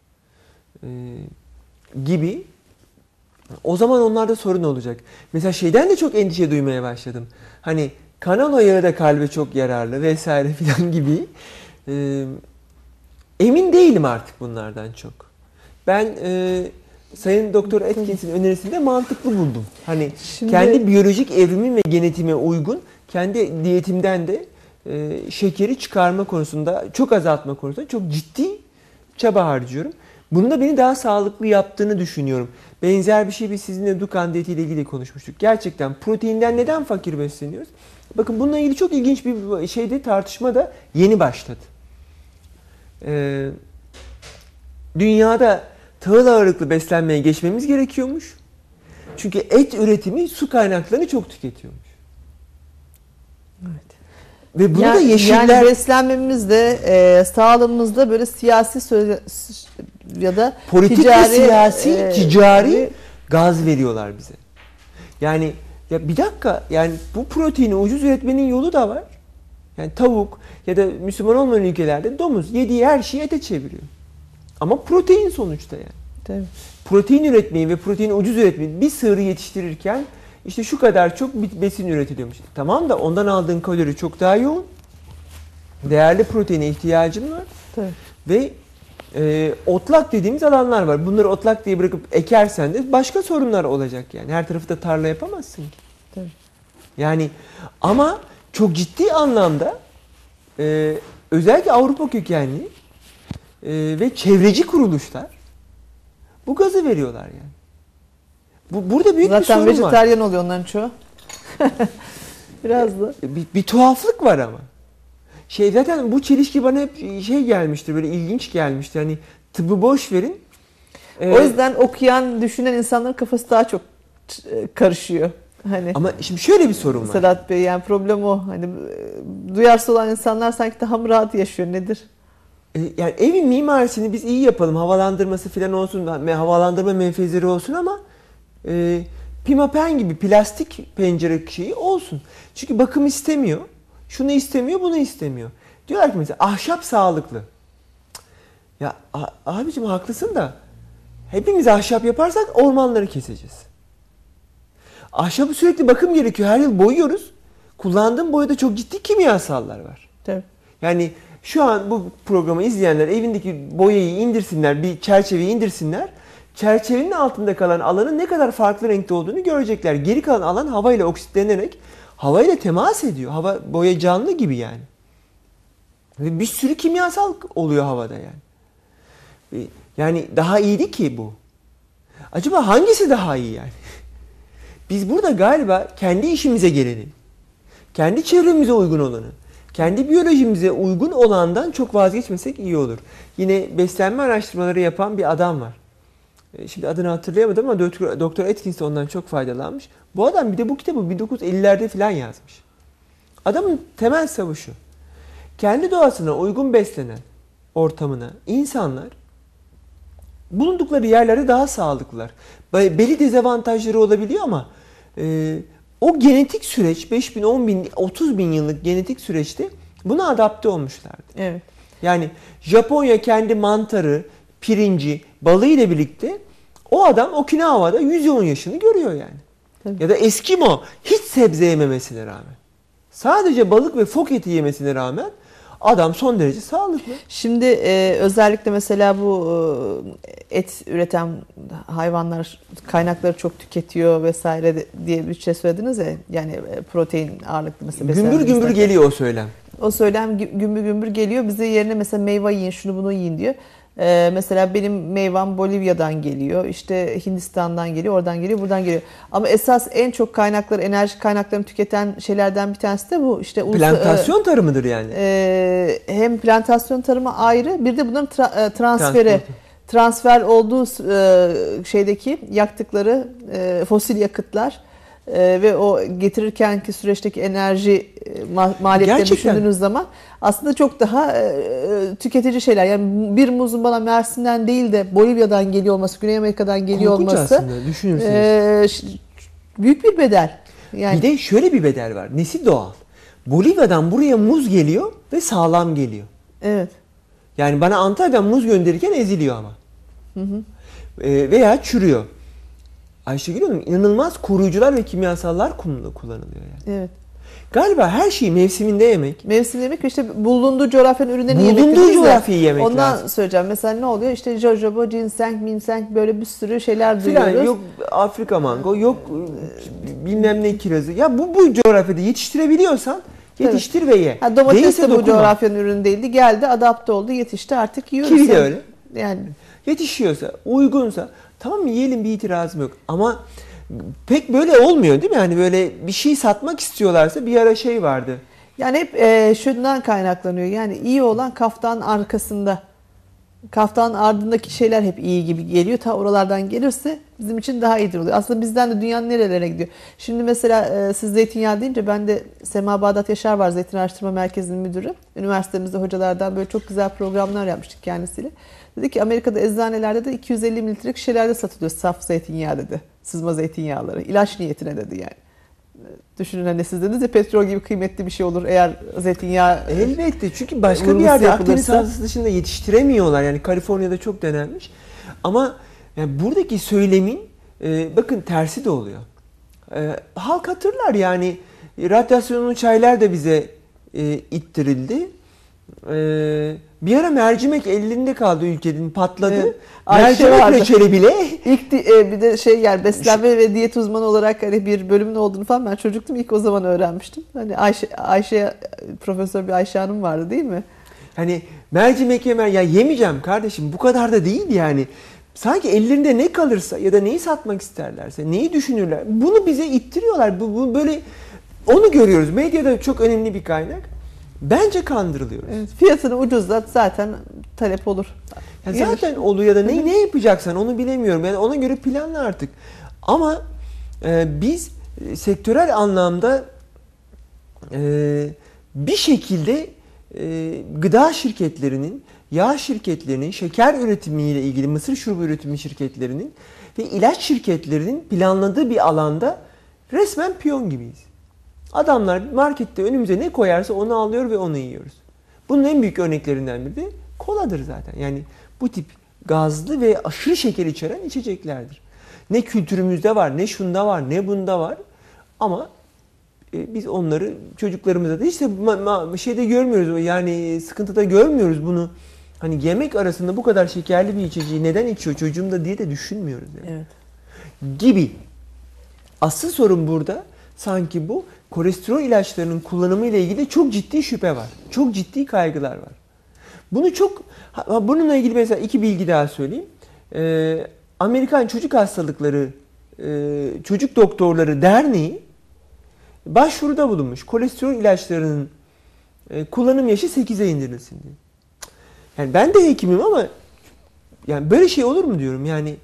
B: Gibi. O zaman onlarda sorun olacak. Mesela şeyden de çok endişe duymaya başladım. Hani kanola yağı da kalbe çok yararlı vesaire filan gibi. Emin değilim artık bunlardan çok. Ben Sayın Doktor Atkins'in önerisini de mantıklı buldum. Hani kendi biyolojik evrimim ve genetiğime uygun, kendi diyetimden de şekeri çıkarma konusunda, çok azaltma konusunda çok ciddi çaba harcıyorum. Bunun da beni daha sağlıklı yaptığını düşünüyorum. Benzer bir şey biz sizinle Dukan diyetiyle ilgili konuşmuştuk. Gerçekten proteinden neden fakir besleniyoruz? Bakın bununla ilgili çok ilginç bir tartışma da yeni başladı. Dünyada tahıl ağırlıklı beslenmeye geçmemiz gerekiyormuş. Çünkü et üretimi su kaynaklarını çok tüketiyormuş.
A: Evet.
B: Ve bunu da yeşiller...
A: Yani beslenmemizde, sağlığımızda böyle siyasi ya da
B: politik
A: ticari,
B: ve siyasi, ticari gaz veriyorlar bize. Yani ya bir dakika, yani bu proteini ucuz üretmenin yolu da var. Yani tavuk ya da Müslüman olmayan ülkelerde domuz yediği her şeyi ete çeviriyor. Ama protein sonuçta yani.
A: Tabii.
B: Protein üretmeyi ve proteini ucuz üretmeyi, bir sığırı yetiştirirken işte şu kadar çok besin üretiliyormuş. Tamam da ondan aldığın kalori çok daha yoğun. Değerli proteine ihtiyacın var.
A: Tabii.
B: Ve otlak dediğimiz alanlar var. Bunları otlak diye bırakıp ekersen de başka sorunlar olacak yani. Her tarafı da tarla yapamazsın ki.
A: Tabii.
B: Yani ama çok ciddi anlamda özellikle Avrupa kökenli ve çevreci kuruluşlar bu gazı veriyorlar yani. Burada büyük bir sorun var.
A: Zaten vejetaryen oluyor onların çoğu. Biraz da.
B: Bir tuhaflık var ama. Zaten bu çelişki bana hep gelmiştir, böyle ilginç gelmiştir. Hani tıbbı boş verin.
A: O yüzden okuyan, düşünen insanların kafası daha çok karışıyor. Hani
B: ama şimdi şöyle bir sorun var.
A: Sedat Bey, yani problem o. Hani duyarsız olan insanlar sanki daha mı rahat yaşıyor, nedir?
B: Yani evin mimarisini biz iyi yapalım, havalandırması falan olsun, havalandırma menfezleri olsun ama pimapen gibi plastik pencere şeyi olsun. Çünkü bakım istemiyor. Şunu istemiyor, bunu istemiyor. Diyorlar ki mesela ahşap sağlıklı. Ya abicim haklısın da hepimiz ahşap yaparsak ormanları keseceğiz. Ahşabı sürekli bakım gerekiyor. Her yıl boyuyoruz. Kullandığım boyada çok ciddi kimyasallar var.
A: Tabii.
B: Yani şu an bu programı izleyenler evindeki boyayı indirsinler, bir çerçeveyi indirsinler. Çerçevenin altında kalan alanın ne kadar farklı renkte olduğunu görecekler. Geri kalan alan havayla oksitlenerek havayla temas ediyor. Boya canlı gibi yani. Ve bir sürü kimyasal oluyor havada yani. Yani daha iyiydi ki bu. Acaba hangisi daha iyi yani? Biz burada galiba kendi işimize geleni, kendi çevremize uygun olanı, kendi biyolojimize uygun olandan çok vazgeçmesek iyi olur. Yine beslenme araştırmaları yapan bir adam var. Şimdi adını hatırlayamadım ama Doktor Atkins de ondan çok faydalanmış. Bu adam bir de bu kitabı 1950'lerde falan yazmış. Adamın temel savı şu. Kendi doğasına uygun beslenen ortamına insanlar bulundukları yerlerde daha sağlıklılar. Belli dezavantajları olabiliyor ama o genetik süreç 5.000, 10.000, 30.000 yıllık genetik süreçte buna adapte olmuşlardı.
A: Evet.
B: Yani Japonya kendi mantarı, pirinci, balığı ile birlikte o adam Okinawa'da 110 yaşını görüyor yani. Tabii. Ya da Eskimo hiç sebze yememesine rağmen, sadece balık ve fok eti yemesine rağmen adam son derece sağlıklı.
A: Şimdi özellikle mesela bu et üreten hayvanlar kaynakları çok tüketiyor vesaire diye bir şey söylediniz ya. Yani protein ağırlıklı mesela.
B: Gümbür gümbür geliyor o söylem.
A: O söylem gümbür gümbür geliyor. Bize yerine mesela meyve yiyin, şunu bunu yiyin diyor. Mesela benim meyvem Bolivya'dan geliyor, işte Hindistan'dan geliyor, oradan geliyor, buradan geliyor. Ama esas en çok kaynakları, enerji kaynaklarını tüketen şeylerden bir tanesi de bu. İşte
B: plantasyon tarımıdır yani.
A: Hem plantasyon tarımı ayrı, bir de bunların transfer olduğu şeydeki yaktıkları fosil yakıtlar ve o getirirkenki süreçteki enerji maliyetlerini düşündüğünüz zaman aslında çok daha tüketici şeyler. Yani bir muzun bana Mersin'den değil de Bolivya'dan geliyor olması, Güney Amerika'dan geliyor
B: korkunç
A: olması
B: aslında, düşünürseniz.
A: Büyük bir bedel. Yani
B: bir de şöyle bir bedel var. Nesi doğal? Bolivya'dan buraya muz geliyor ve sağlam geliyor.
A: Evet.
B: Yani bana Antalya'dan muz gönderirken eziliyor ama. Veya çürüyor. Ayşegül Hanım, inanılmaz koruyucular ve kimyasallar kullanılıyor yani.
A: Evet.
B: Galiba her şeyi mevsiminde yemek.
A: Mevsiminde yemek, işte bulunduğu coğrafyanın ürünlerini yemek.
B: Bulunduğu coğrafyayı yemek
A: ondan
B: lazım.
A: söyleyeceğim. Mesela ne oluyor? İşte jojoba, ginseng, minseng, böyle bir sürü şeyler duyuyoruz.
B: Yok Afrika mango, yok bilmem ne kirazı. Ya bu coğrafyada yetiştirebiliyorsan yetiştir ve ye.
A: Domates de bu coğrafyanın ürünü değildi. Geldi, adapte oldu, yetişti, artık yiyoruz.
B: Kivi de öyle.
A: Yani
B: yetişiyorsa, uygunsa tamam mı, yiyelim, bir itirazım yok. Ama pek böyle olmuyor değil mi? Hani böyle bir şey satmak istiyorlarsa, bir ara şey vardı.
A: Yani hep şundan kaynaklanıyor. Yani iyi olan kaftanın arkasında. Kaftanın ardındaki şeyler hep iyi gibi geliyor. Ta oralardan gelirse bizim için daha iyidir oluyor. Aslında bizden de dünyanın nerelere gidiyor. Şimdi mesela siz zeytinyağı deyince, ben de Sema Bağdat Yaşar var, Zeytin Araştırma Merkezi'nin müdürü. Üniversitemizde hocalardan böyle çok güzel programlar yapmıştık kendisiyle. Dedi ki Amerika'da eczanelerde de 250 mililitrelik şişelerde satılıyor saf zeytinyağı dedi. Sızma zeytinyağları. İlaç niyetine dedi yani. Düşünün, hani siz dediniz ya, petrol gibi kıymetli bir şey olur eğer zeytinyağı...
B: Elbette, çünkü başka bir yerde Akdeniz Havzası dışında yetiştiremiyorlar. Yani Kaliforniya'da çok denenmiş. Ama yani buradaki söylemin bakın tersi de oluyor. Halk hatırlar yani, radyasyonlu çaylar da bize ittirildi. Bir ara mercimek elinde kaldı, ülkenin patladı. Evet. Mercimek reçeli bile.
A: İlk bir de yani beslenme ve diyet uzmanı olarak hani bir bölümün olduğunu falan ben çocuktum, ilk o zaman öğrenmiştim. Hani Ayşe Profesör bir Ayşe Hanım vardı değil mi?
B: Hani mercimek ya yemeyeceğim kardeşim, bu kadar da değil yani. Sanki ellerinde ne kalırsa ya da neyi satmak isterlerse, neyi düşünürler, bunu bize ittiriyorlar. Bu böyle, onu görüyoruz. Medyada çok önemli bir kaynak. Bence kandırılıyoruz.
A: Evet, fiyatını ucuzlat, zaten talep olur.
B: Yani zaten oluyor ya da ne yapacaksan onu bilemiyorum. Yani ona göre planla artık. Ama biz sektörel anlamda bir şekilde gıda şirketlerinin, yağ şirketlerinin, şeker üretimiyle ilgili mısır şurubu üretimi şirketlerinin ve ilaç şirketlerinin planladığı bir alanda resmen piyon gibiyiz. Adamlar markette önümüze ne koyarsa onu alıyor ve onu yiyoruz. Bunun en büyük örneklerinden biri de koladır zaten. Yani bu tip gazlı ve aşırı şeker içeren içeceklerdir. Ne kültürümüzde var, ne şunda var, ne bunda var. Ama biz onları çocuklarımıza da hiç de şeyde görmüyoruz. Yani sıkıntıda görmüyoruz bunu. Hani yemek arasında bu kadar şekerli bir içeceği neden içiyor çocuğum da diye de düşünmüyoruz. Yani.
A: Evet.
B: Gibi. Asıl sorun burada sanki bu kolesterol ilaçlarının kullanımı ile ilgili çok ciddi şüphe var. Çok ciddi kaygılar var. Bununla ilgili mesela iki bilgi daha söyleyeyim. Amerikan Çocuk Hastalıkları Çocuk Doktorları Derneği başvuruda bulunmuş. Kolesterol ilaçlarının kullanım yaşı 8'e indirilsin diye. Yani ben de hekimim ama yani böyle şey olur mu diyorum. Yani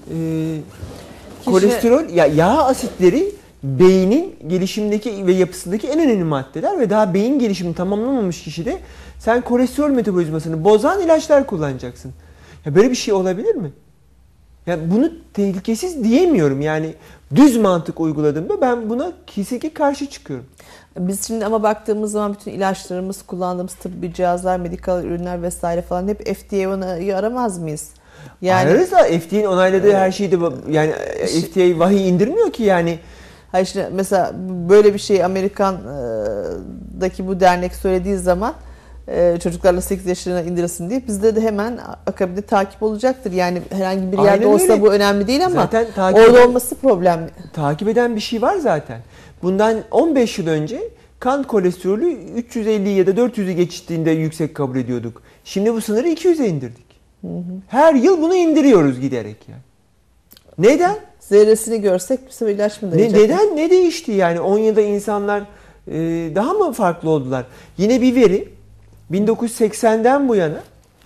B: kolesterol, yağ asitleri beynin gelişimindeki ve yapısındaki en önemli maddeler ve daha beyin gelişimini tamamlamamış kişide sen kolesterol metabolizmasını bozan ilaçlar kullanacaksın. Ya böyle bir şey olabilir mi? Yani bunu tehlikesiz diyemiyorum. Yani düz mantık uyguladığımda ben buna kesinlikle karşı çıkıyorum.
A: Biz şimdi ama baktığımız zaman bütün ilaçlarımız, kullandığımız tıbbi cihazlar, medikal ürünler vesaire falan hep FDA'yı aramaz mıyız?
B: Yani ararız da FDA'nin onayladığı her şeyi de yani FDA vahiy indirmiyor ki yani.
A: Hayır, işte mesela böyle bir şey Amerikan'daki bu dernek söylediği zaman çocuklarla 8 yaşına indirilsin diye bizde de hemen akabinde takip olacaktır. Yani herhangi bir yerde
B: aynen
A: olsa
B: öyle.
A: Bu önemli değil ama
B: zaten
A: orada olması problem.
B: Takip eden bir şey var zaten. Bundan 15 yıl önce kan kolesterolü 350 ya da 400'ü geçtiğinde yüksek kabul ediyorduk. Şimdi bu sınırı 200'e indirdik. Her yıl bunu indiriyoruz giderek yani. Neden?
A: Zerresini görsek bir sefer ilaç mı dayayacak?
B: Neden? Ne değişti yani? 10 yılda insanlar daha mı farklı oldular? Yine bir veri 1980'den bu yana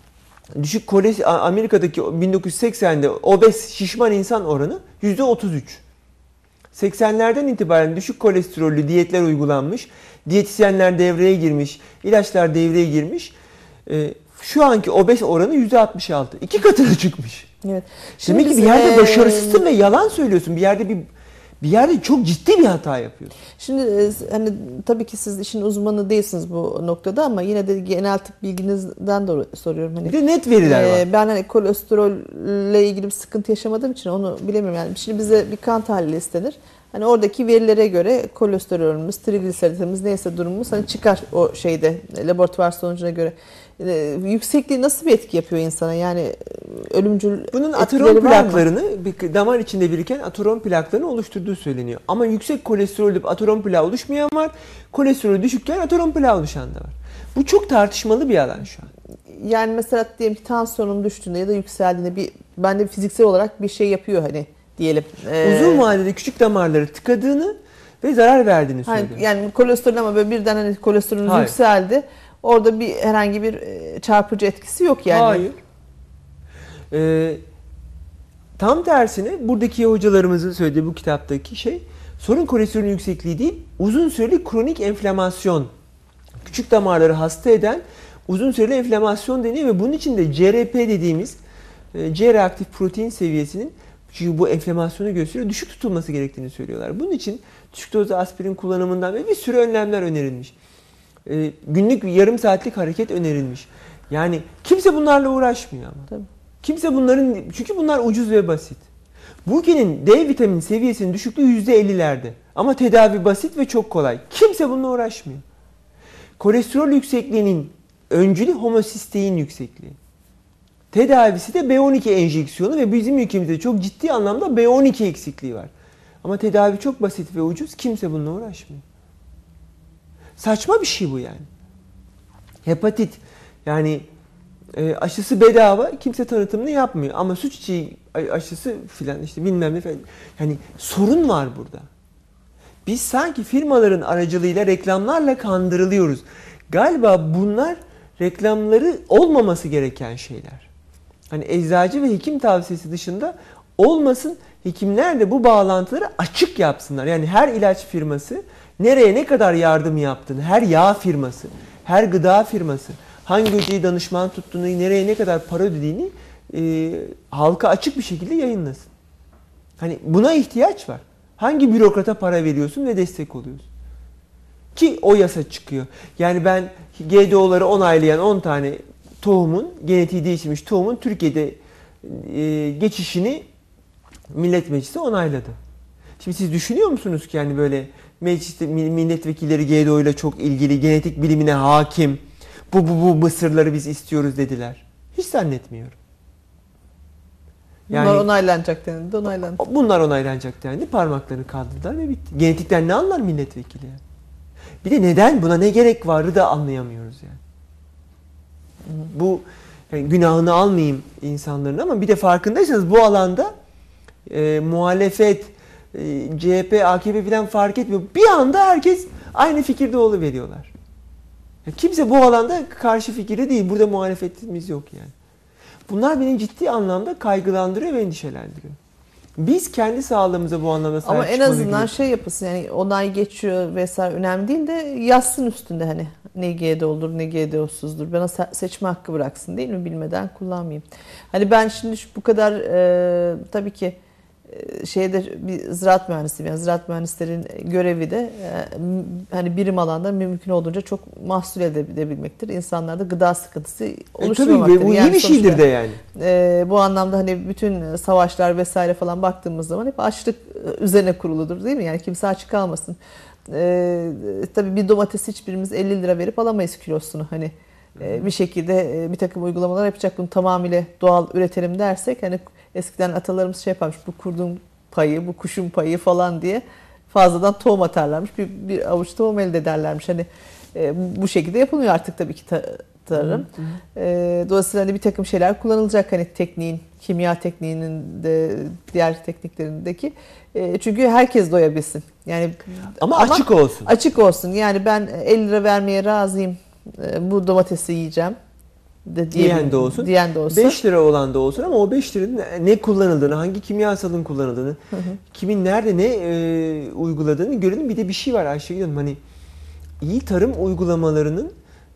B: Amerika'daki 1980'de obez şişman insan oranı %33. 80'lerden itibaren düşük kolesterollü diyetler uygulanmış. Diyetisyenler devreye girmiş. İlaçlar devreye girmiş. Şu anki obez oranı %66. 2 katına çıkmış.
A: Evet.
B: Demek ki bir yerde başarısızsın ve yalan söylüyorsun. Bir yerde çok ciddi bir hata yapıyorsun.
A: Şimdi hani tabii ki siz işin uzmanı değilsiniz bu noktada ama yine de genel tıp bilginizden de soruyorum. Hani,
B: bir de net veriler var.
A: Ben hani kolesterolle ilgili bir sıkıntı yaşamadığım için onu bilemiyorum. Yani şimdi bize bir kan tahlili istenir. Hani oradaki verilere göre kolesterolümüz, trigliseritimiz neyse durumumuz hani çıkar o şeyde laboratuvar sonucuna göre. Yüksekliği nasıl bir etki yapıyor insana? Yani ölümcül
B: bunun
A: etkileri
B: aterom
A: var mı?
B: plaklarını, damar içinde biriken aterom plaklarını oluşturduğu söyleniyor. Ama yüksek kolesterollü aterom plağı oluşmayan var. Kolesterolü düşükken aterom plağı oluşan da var. Bu çok tartışmalı bir alan şu an.
A: Yani mesela diyelim ki tansiyonum düştüğünde ya da yükseldiğinde bende fiziksel olarak bir şey yapıyor hani diyelim.
B: Uzun vadede küçük damarları tıkadığını ve zarar verdiğini söylüyor.
A: Yani kolesterol ama böyle birden hani kolesterolünüz yükseldi. Orada herhangi bir çarpıcı etkisi yok yani.
B: Hayır. Tam tersine buradaki hocalarımızın söylediği bu kitaptaki şey sorun kolesterolün yüksekliği değil, uzun süreli kronik enflamasyon. Küçük damarları hasta eden uzun süreli enflamasyon deniyor ve bunun için de CRP dediğimiz C-reaktif protein seviyesinin, çünkü bu enflamasyonu gösteriyor, düşük tutulması gerektiğini söylüyorlar. Bunun için düşük dozda aspirin kullanımından ve bir sürü önlemler önerilmiş. Günlük yarım saatlik hareket önerilmiş. Yani kimse bunlarla uğraşmıyor ama.
A: Tabii.
B: Kimse çünkü bunlar ucuz ve basit. Bu ülkenin D vitamin seviyesinin düşüklüğü %50'lerde. Ama tedavi basit ve çok kolay. Kimse bununla uğraşmıyor. Kolesterol yüksekliğinin öncülü homosistein yüksekliği. Tedavisi de B12 enjeksiyonu ve bizim ülkemizde çok ciddi anlamda B12 eksikliği var. Ama tedavi çok basit ve ucuz. Kimse bununla uğraşmıyor. Saçma bir şey bu yani. Hepatit yani aşısı bedava, kimse tanıtımını yapmıyor. Ama su çiçeği aşısı filan işte bilmem ne falan. Yani sorun var burada. Biz sanki firmaların aracılığıyla reklamlarla kandırılıyoruz. Galiba bunlar reklamları olmaması gereken şeyler. Hani eczacı ve hekim tavsiyesi dışında olmasın. Hekimler de bu bağlantıları açık yapsınlar. Yani her ilaç firması nereye ne kadar yardım yaptığını, her yağ firması, her gıda firması hangi hocayı danışman tuttuğunu, nereye ne kadar para ödediğini halka açık bir şekilde yayınlasın. Hani buna ihtiyaç var. Hangi bürokrata para veriyorsun ve destek oluyorsun? Ki o yasa çıkıyor. Yani ben GDO'ları onaylayan 10 tane tohumun, genetiği değişmiş tohumun Türkiye'de geçişini Millet Meclisi onayladı. Şimdi siz düşünüyor musunuz ki yani böyle mecliste milletvekilleri GDO ile çok ilgili, genetik bilimine hakim, bu mısırları biz istiyoruz dediler. Hiç zannetmiyorum.
A: Yani, bunlar onaylanacak denildi, onaylandı.
B: Bunlar onaylanacak dendi, parmaklarını kaldırdılar ve bitti. Genetikten ne anlar milletvekili yani? Bir de neden, buna ne gerek varı da anlayamıyoruz yani. Bu yani günahını almayayım insanların ama bir de farkındaysanız bu alanda muhalefet, CHP, AKP falan fark etmiyor. Bir anda herkes aynı fikirde oluveriyorlar. Kimse bu alanda karşı fikirde değil. Burada muhalefetimiz yok yani. Bunlar beni ciddi anlamda kaygılandırıyor ve endişelendiriyor. Biz kendi sağlığımıza bu anlamda sahip
A: çıkmalıyız. Ama en azından şey yapılsın yani onay geçiyor vesaire önemli değil de yazsın üstünde hani ne GDO'dur ne GDO'suzdur. Bana seçme hakkı bıraksın değil mi? Bilmeden kullanmayayım. Hani ben şimdi bu kadar tabii ki şeyde bir ziraat mühendisiyim. Yani ziraat mühendislerin görevi de hani birim alanda mümkün olduğunca çok mahsul edebilmektir. İnsanlarda gıda sıkıntısı oluşturmamaktır.
B: Tabii bu iyi bir şeydir de yani.
A: Bu anlamda hani bütün savaşlar vesaire falan baktığımız zaman hep açlık üzerine kuruludur değil mi? Yani kimse aç kalmasın. Tabii bir domates hiçbirimiz 50 lira verip alamayız kilosunu hani. Bir şekilde bir takım uygulamalar yapacak, bunu tamamıyla doğal üretelim dersek hani eskiden atalarımız şey yaparmış, bu kurdun payı, bu kuşun payı falan diye fazladan tohum atarlarmış, bir avuç tohum elde ederlermiş. Hani bu şekilde yapılmıyor artık tabii ki tarım. Dolayısıyla hani bir takım şeyler kullanılacak hani tekniğin, kimya tekniğinin de diğer tekniklerindeki. Çünkü herkes doyabilsin. Yani
B: ama açık olsun.
A: Açık olsun. Yani ben 50 lira vermeye razıyım. Bu domatesi yiyeceğim.
B: Diyen de olsun. 5 lira olan da olsun ama o 5 liranın ne kullanıldığını, hangi kimyasalın kullanıldığını, kimin nerede ne uyguladığını görelim. Bir de bir şey var Ayşegül Hanım. Hani iyi tarım uygulamalarının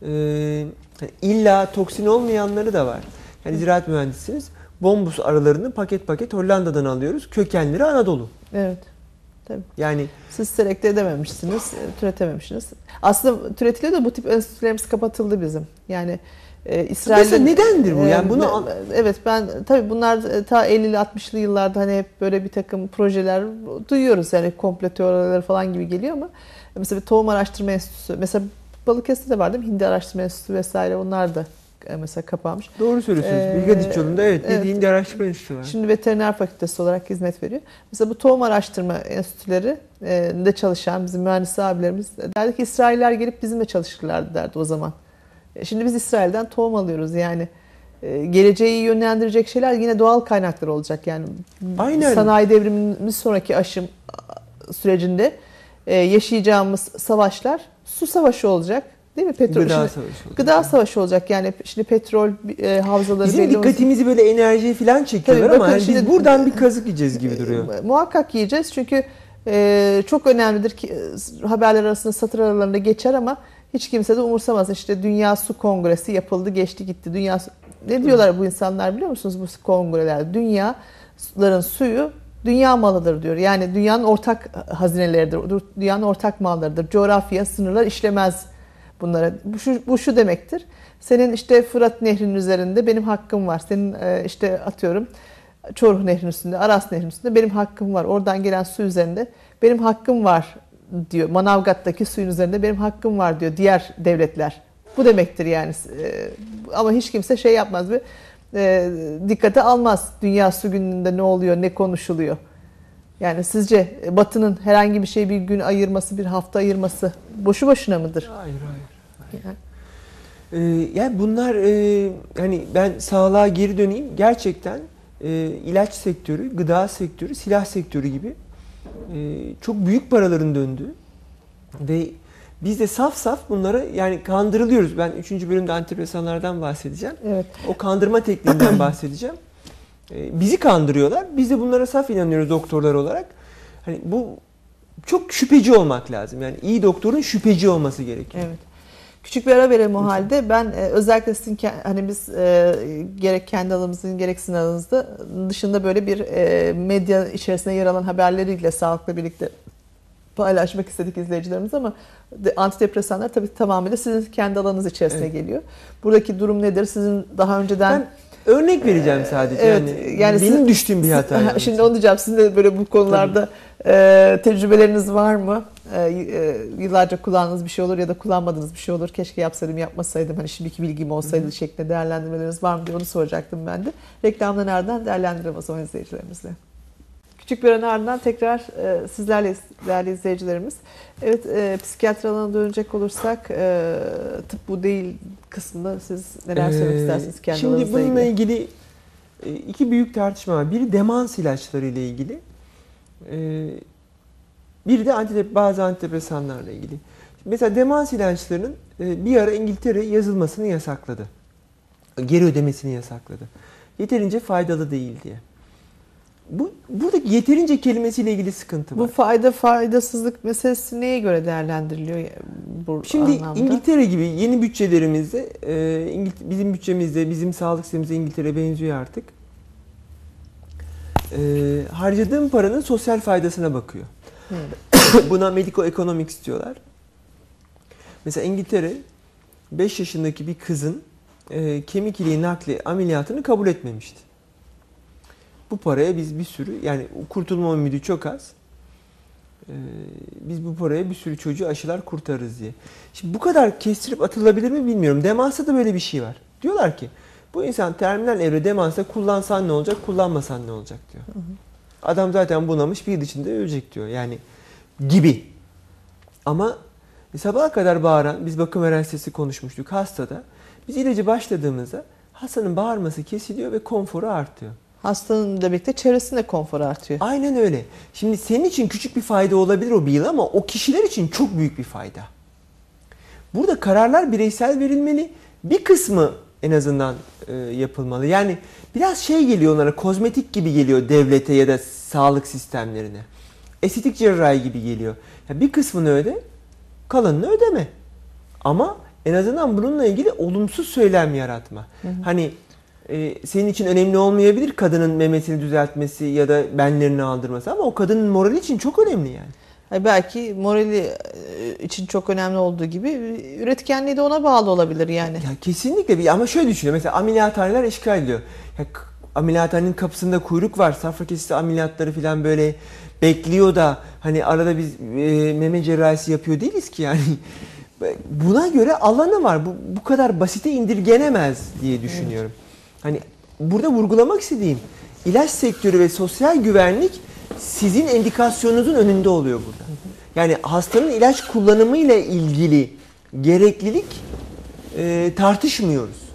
B: illa toksin olmayanları da var. Yani ziraat mühendisiniz. Bombus arılarını paket paket Hollanda'dan alıyoruz. Kökenleri Anadolu.
A: Evet. Tabii.
B: Yani
A: siz selekte edememişsiniz, türetememişsiniz. Aslında türetiliyor da bu tip enstitülerimiz kapatıldı bizim. Yani İsrail'de
B: nedendir bu? Yani bunu
A: evet ben tabii bunlar ta 50'li 60'lı yıllarda hani hep böyle bir takım projeler duyuyoruz yani komplo teorileri falan gibi geliyor ama mesela bir tohum araştırma enstitüsü mesela Balıkesir'de de var değil mi? Hindi araştırma enstitüsü vesaire onlar da mesela kapanmış.
B: Doğru söylüyorsunuz. Bilgadiç yolunda evet. Hindi araştırma enstitüsü var.
A: Şimdi veteriner fakültesi olarak hizmet veriyor. Mesela bu tohum araştırma enstitüleri de çalışan bizim mühendis abilerimiz derdi ki İsrailler gelip bizimle çalışırlardı derdi o zaman. Şimdi biz İsrail'den tohum alıyoruz yani geleceği yönlendirecek şeyler yine doğal kaynaklar olacak yani.
B: Aynen.
A: Sanayi devriminin sonraki aşım sürecinde yaşayacağımız savaşlar su savaşı olacak. Değil mi? Gıda savaşı olacak. Yani şimdi petrol havzaları
B: bizim dikkatimizi böyle enerjiye falan çekiyorlar ama yani biz buradan bir kazık yiyeceğiz gibi duruyor.
A: Muhakkak yiyeceğiz çünkü çok önemlidir ki haberler arasında satır aralarında geçer ama hiç kimse de umursamaz. İşte Dünya Su Kongresi yapıldı, geçti gitti. Ne diyorlar bu insanlar biliyor musunuz bu kongreler? Dünyaların suyu dünya malıdır diyor. Yani dünyanın ortak hazineleridir, dünyanın ortak mallarıdır. Coğrafya, sınırlar işlemez bunlara. Bu şu demektir. Senin işte Fırat Nehri'nin üzerinde benim hakkım var. Senin işte atıyorum Çoruh Nehri'nin üstünde, Aras Nehri'nin üstünde benim hakkım var. Oradan gelen su üzerinde benim hakkım var diyor. Manavgat'taki suyun üzerinde benim hakkım var diyor diğer devletler. Bu demektir yani. Ama hiç kimse şey yapmaz ve dikkate almaz. Dünya Su Günü'nde ne oluyor, ne konuşuluyor. Yani sizce Batı'nın herhangi bir şey bir gün ayırması, bir hafta ayırması boşu boşuna mıdır?
B: Hayır. Yani bunlar hani ben sağlığa geri döneyim. Gerçekten ilaç sektörü, gıda sektörü, silah sektörü gibi çok büyük paraların döndüğü ve biz de saf bunlara yani kandırılıyoruz. Ben 3. bölümde antidepresanlardan bahsedeceğim.
A: Evet.
B: O kandırma tekniğinden bahsedeceğim. Bizi kandırıyorlar. Biz de bunlara saf inanıyoruz doktorlar olarak. Hani bu çok şüpheci olmak lazım. Yani iyi doktorun şüpheci olması gerekiyor.
A: Evet. Küçük bir ara verelim o halde. Ben özellikle sizin hani biz gerek kendi alanımızın gerek sizin alanınızda dışında böyle bir medya içerisinde yer alan haberleriyle sağlıkla birlikte paylaşmak istedik izleyicilerimiz ama antidepresanlar tabii tamamıyla sizin kendi alanınız içerisine geliyor. Buradaki durum nedir? Sizin daha önceden...
B: Ben örnek vereceğim sadece.
A: Evet, yani
B: benim düştüğüm bir hata. Yani.
A: Şimdi onu diyeceğim. Sizin de böyle bu konularda tecrübeleriniz var mı? Yıllarca kullandığınız bir şey olur ya da kullanmadığınız bir şey olur. Keşke yapsaydım, yapmasaydım. Hani şimdiki bilgim olsaydı şeklinde değerlendirmeleriniz var mı diye onu soracaktım ben de. Reklamdan nereden değerlendirelim o zaman izleyicilerimizle. Küçük bir ara ardından tekrar sizlerle değerli izleyicilerimiz. Evet, psikiyatri alanına dönecek olursak tıp bu değil kısmında siz neler söylemek istersiniz kendi
B: şimdi
A: alanınızla
B: bununla ilgili iki büyük tartışma var. Biri demans ilaçları ile ilgili. Biri de bazı antidepresanlarla ilgili. Mesela demans ilaçlarının bir ara İngiltere yazılmasını yasakladı. Geri ödemesini yasakladı. Yeterince faydalı değil diye. Buradaki yeterince kelimesiyle ilgili sıkıntı var.
A: Bu faydasızlık meselesi neye göre değerlendiriliyor bu
B: Şimdi
A: anlamda?
B: İngiltere gibi yeni bütçelerimizde, bizim bütçemizde, bizim sağlık sistemimize İngiltere benziyor artık. Harcadığım paranın sosyal faydasına bakıyor. Buna medical economics diyorlar. Mesela İngiltere 5 yaşındaki bir kızın kemik iliği nakli ameliyatını kabul etmemişti. Bu paraya biz bir sürü, yani kurtulma ümidi çok az. Biz bu paraya bir sürü çocuğu aşılar kurtarırız diye. Şimdi bu kadar kestirip atılabilir mi bilmiyorum. Demansta da böyle bir şey var. Diyorlar ki bu insan terminal evre demansta kullansan ne olacak, kullanmasan ne olacak diyor. Adam zaten bunamış, bir yıl içinde ölecek diyor. Yani gibi. Ama sabaha kadar bağıran, biz bakım veren sesi konuşmuştuk hastada. Biz ilacı başladığımızda hastanın bağırması kesiliyor ve konforu artıyor.
A: Hastanın da birlikte çevresinde konfor artıyor.
B: Aynen öyle. Şimdi senin için küçük bir fayda olabilir o bir yıl ama o kişiler için çok büyük bir fayda. Burada kararlar bireysel verilmeli. Bir kısmı en azından yapılmalı. Yani biraz şey geliyor onlara, kozmetik gibi geliyor devlete ya da sağlık sistemlerine. Estetik cerrahi gibi geliyor. Ya bir kısmını öde, kalanını ödeme. Ama en azından bununla ilgili olumsuz söylem yaratma. Hani senin için önemli olmayabilir kadının memesini düzeltmesi ya da benlerini aldırması ama o kadının morali için çok önemli yani.
A: Belki morali için çok önemli olduğu gibi üretkenliği de ona bağlı olabilir yani.
B: Ya kesinlikle ama şöyle düşünüyor. Mesela ameliyathaneler işgal ediyor. Ya, ameliyathanenin kapısında kuyruk var. Safra kesesi ameliyatları falan böyle bekliyor da hani arada biz meme cerrahisi yapıyor değiliz ki yani. Buna göre alanı var. Bu kadar basite indirgenemez diye düşünüyorum. Hani burada vurgulamak istediğim ilaç sektörü ve sosyal güvenlik sizin endikasyonunuzun önünde oluyor burada. Yani hastanın ilaç kullanımı ile ilgili gereklilik tartışmıyoruz.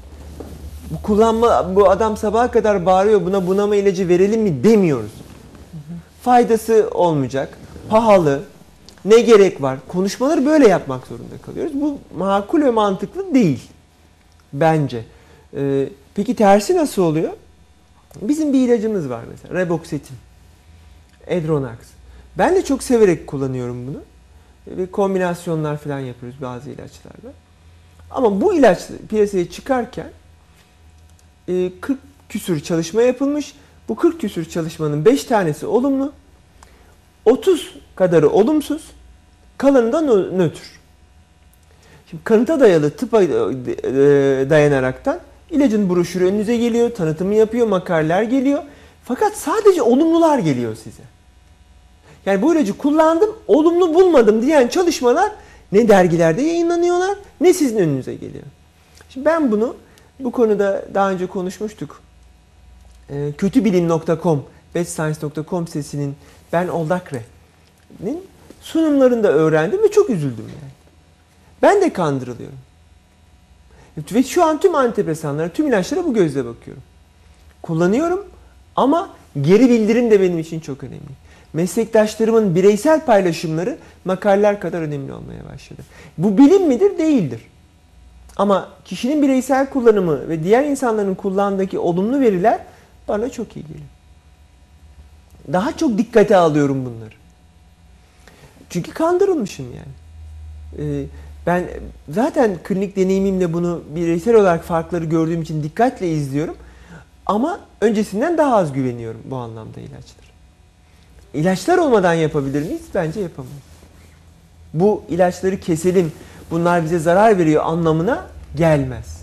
B: Bu adam sabaha kadar bağırıyor buna bunama ilacı verelim mi demiyoruz. Faydası olmayacak, pahalı, ne gerek var? Konuşmaları böyle yapmak zorunda kalıyoruz. Bu makul ve mantıklı değil bence. Peki tersi nasıl oluyor? Bizim bir ilacımız var mesela. Reboxetin. Edronax. Ben de çok severek kullanıyorum bunu. Ve kombinasyonlar falan yapıyoruz bazı ilaçlarla. Ama bu ilaç piyasaya çıkarken 40 küsür çalışma yapılmış. Bu 40 küsür çalışmanın 5 tanesi olumlu. 30 kadarı olumsuz. Kalanı da nötr. Şimdi kanıta dayalı tıpa dayanaraktan ilacın broşürü önünüze geliyor, tanıtımı yapıyor, makaleler geliyor. Fakat sadece olumlular geliyor size. Yani bu ilacı kullandım, olumlu bulmadım diyen çalışmalar ne dergilerde yayınlanıyorlar ne sizin önünüze geliyor. Şimdi ben bu konuda daha önce konuşmuştuk. Kötübilim.com, badscience.com sitesinin Ben Oldakre'nin sunumlarında öğrendim ve çok üzüldüm yani. Ben de kandırılıyorum. Ve şu an tüm antidepresanlara, tüm ilaçlara bu gözle bakıyorum. Kullanıyorum ama geri bildirim de benim için çok önemli. Meslektaşlarımın bireysel paylaşımları makaleler kadar önemli olmaya başladı. Bu bilim midir? Değildir. Ama kişinin bireysel kullanımı ve diğer insanların kullandığındaki olumlu veriler bana çok iyi geliyor. Daha çok dikkate alıyorum bunları. Çünkü kandırılmışım yani. Ben zaten klinik deneyimimle bunu bireysel olarak farkları gördüğüm için dikkatle izliyorum. Ama öncesinden daha az güveniyorum bu anlamda ilaçlara. İlaçlar olmadan yapabilir miyiz? Bence yapamayız. Bu ilaçları keselim, bunlar bize zarar veriyor anlamına gelmez.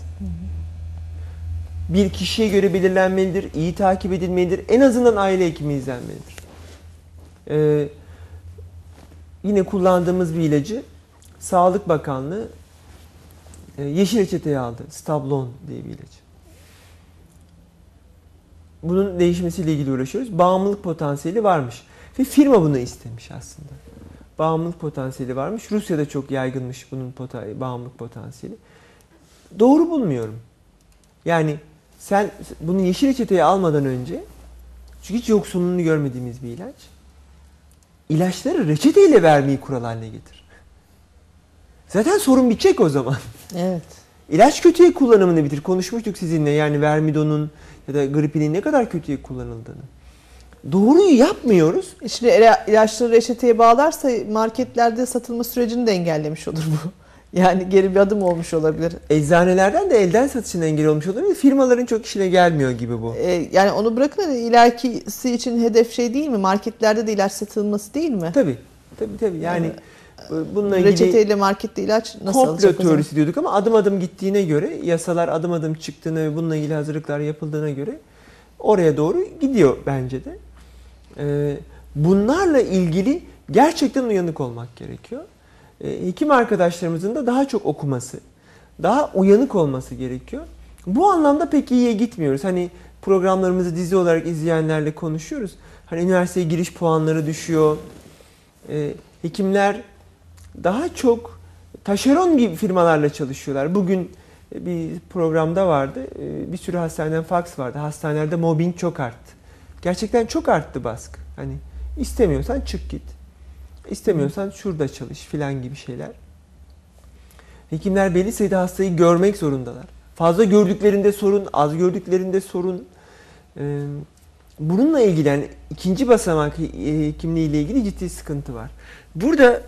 B: Bir kişiye göre belirlenmelidir, iyi takip edilmelidir. En azından aile hekimi izlenmelidir. Yine kullandığımız bir ilacı Sağlık Bakanlığı yeşil reçeteye aldı. Stablon diye bir ilaç. Bunun değişmesiyle ilgili uğraşıyoruz. Bağımlılık potansiyeli varmış. Ve firma bunu istemiş aslında. Bağımlılık potansiyeli varmış. Rusya'da çok yaygınmış bunun bağımlılık potansiyeli. Doğru bulmuyorum. Yani sen bunu yeşil reçeteye almadan önce, çünkü hiç yoksunluğunu görmediğimiz bir ilaç, ilaçları reçeteyle vermeyi kural haline getir. Zaten sorun bitecek o zaman.
A: Evet. İlaç
B: kötüye kullanımını bitir. Konuşmuştuk sizinle yani Vermidon'un ya da Gripin'in ne kadar kötüye kullanıldığını. Doğruyu yapmıyoruz.
A: Şimdi ilaçları reçeteye bağlarsa marketlerde satılma sürecini de engellemiş olur bu. Yani geri bir adım olmuş olabilir.
B: Eczanelerden de elden satışına engel olmuş olabilir. Firmaların çok işine gelmiyor gibi bu.
A: Yani onu bırakın, ilerikisi için hedef şey değil mi? Marketlerde de ilaç satılması değil mi?
B: Tabii. Yani bununla ilgili
A: reçeteyle markette ilaç nasıl alacak?
B: Komplo teorisi diyorduk ama adım adım gittiğine göre, yasalar adım adım çıktığına ve bununla ilgili hazırlıklar yapıldığına göre oraya doğru gidiyor bence de. Bunlarla ilgili gerçekten uyanık olmak gerekiyor. Hekim arkadaşlarımızın da daha çok okuması, daha uyanık olması gerekiyor. Bu anlamda pek iyiye gitmiyoruz. Hani programlarımızı dizi olarak izleyenlerle konuşuyoruz. Hani üniversiteye giriş puanları düşüyor. Hekimler daha çok taşeron gibi firmalarla çalışıyorlar. Bugün bir programda vardı. Bir sürü hastaneden faks vardı. Hastanelerde mobbing çok arttı. Gerçekten çok arttı baskı. Hani istemiyorsan çık git. İstemiyorsan şurada çalış filan gibi şeyler. Hekimler belli sayıda hastayı görmek zorundalar. Fazla gördüklerinde sorun, az gördüklerinde sorun. Bununla ilgili yani ikinci basamak hekimliği ile ilgili ciddi sıkıntı var. Burada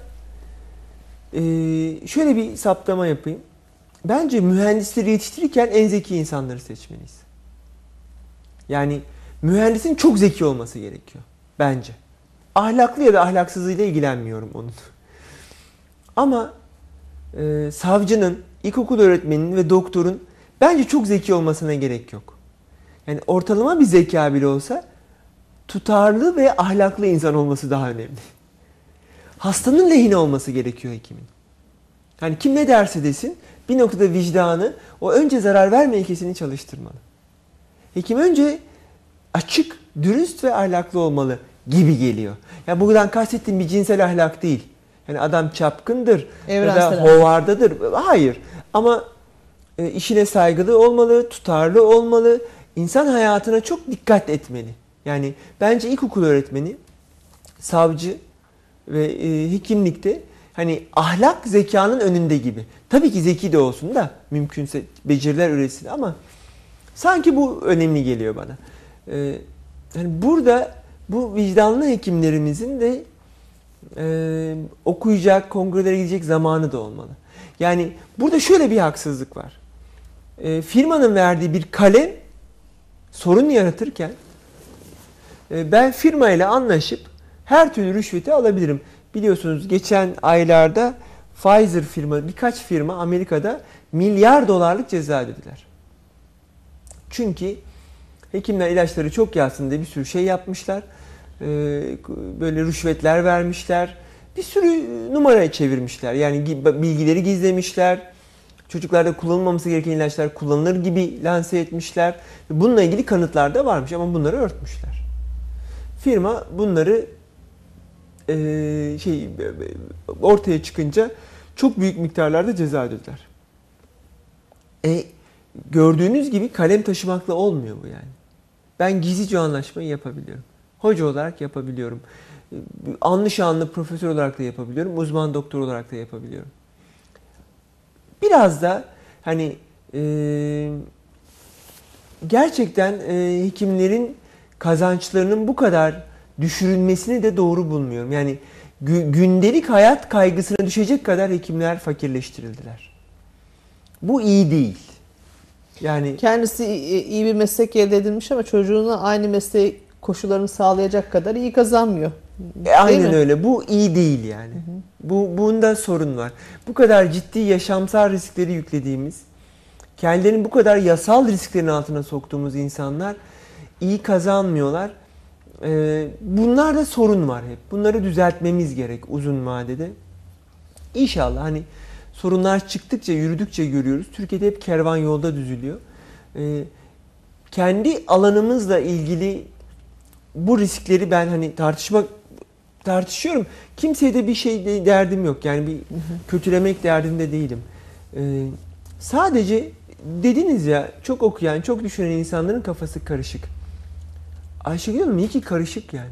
B: şöyle bir saptama yapayım. Bence mühendisleri yetiştirirken en zeki insanları seçmeliyiz. Yani mühendisin çok zeki olması gerekiyor. Bence. Ahlaklı ya da ahlaksızlığıyla ilgilenmiyorum onun. Ama savcının, ilkokul öğretmeninin ve doktorun bence çok zeki olmasına gerek yok. Yani ortalama bir zeka bile olsa tutarlı ve ahlaklı insan olması daha önemli. Hastanın lehine olması gerekiyor hekimin. Yani kim ne derse desin bir noktada vicdanı o önce zarar verme ilkesini çalıştırmalı. Hekim önce açık, dürüst ve ahlaklı olmalı gibi geliyor. Yani buradan kastettiğim bir cinsel ahlak değil. Yani adam çapkındır
A: Evrensel
B: ya da hovardadır. Hayır. Ama işine saygılı olmalı, tutarlı olmalı. İnsan hayatına çok dikkat etmeli. Yani bence ilkokul öğretmeni, savcı ve hekimlikte hani ahlak zekanın önünde gibi. Tabii ki zeki de olsun da mümkünse beceriler üretsin ama sanki bu önemli geliyor bana. Yani burada bu vicdanlı hekimlerimizin de okuyacak, kongrelere gidecek zamanı da olmalı. Yani burada şöyle bir haksızlık var. Firmanın verdiği bir kalem sorun yaratırken ben firmayla anlaşıp her türlü rüşveti alabilirim. Biliyorsunuz geçen aylarda Pfizer firma, birkaç firma Amerika'da milyar dolarlık ceza ödediler. Çünkü hekimler ilaçları çok yazsın diye bir sürü şey yapmışlar. Böyle rüşvetler vermişler. Bir sürü numaraya çevirmişler. Yani bilgileri gizlemişler. Çocuklarda kullanılmaması gereken ilaçlar kullanılır gibi lanse etmişler. Bununla ilgili kanıtlar da varmış ama bunları örtmüşler. Firma bunları ortaya çıkınca çok büyük miktarlarda ceza ödediler. Gördüğünüz gibi kalem taşımakla olmuyor bu yani. Ben gizlice anlaşmayı yapabiliyorum. Hoca olarak yapabiliyorum. Anlı şanlı profesör olarak da yapabiliyorum. Uzman doktor olarak da yapabiliyorum. Biraz da hani gerçekten hekimlerin kazançlarının bu kadar düşürülmesini de doğru bulmuyorum. Yani gündelik hayat kaygısına düşecek kadar hekimler fakirleştirildiler. Bu iyi değil. Yani
A: kendisi iyi bir meslek elde edilmiş ama çocuğuna aynı mesleği koşullarını sağlayacak kadar iyi kazanmıyor.
B: Aynen öyle. Bu iyi değil yani. Bunda sorun var. Bu kadar ciddi yaşamsal riskleri yüklediğimiz, kendilerini bu kadar yasal risklerin altına soktuğumuz insanlar iyi kazanmıyorlar. Bunlarda sorun var hep. Bunları düzeltmemiz gerek uzun vadede. İnşallah hani sorunlar çıktıkça, yürüdükçe görüyoruz. Türkiye'de hep kervan yolda düzülüyor. Kendi alanımızla ilgili bu riskleri ben hani tartışıyorum. Kimseye de bir şey derdim yok. Yani bir kötülemek derdinde değilim. Sadece dediniz ya çok okuyan, çok düşünen insanların kafası karışık. Ayşegül Hanım iyi ki karışık yani.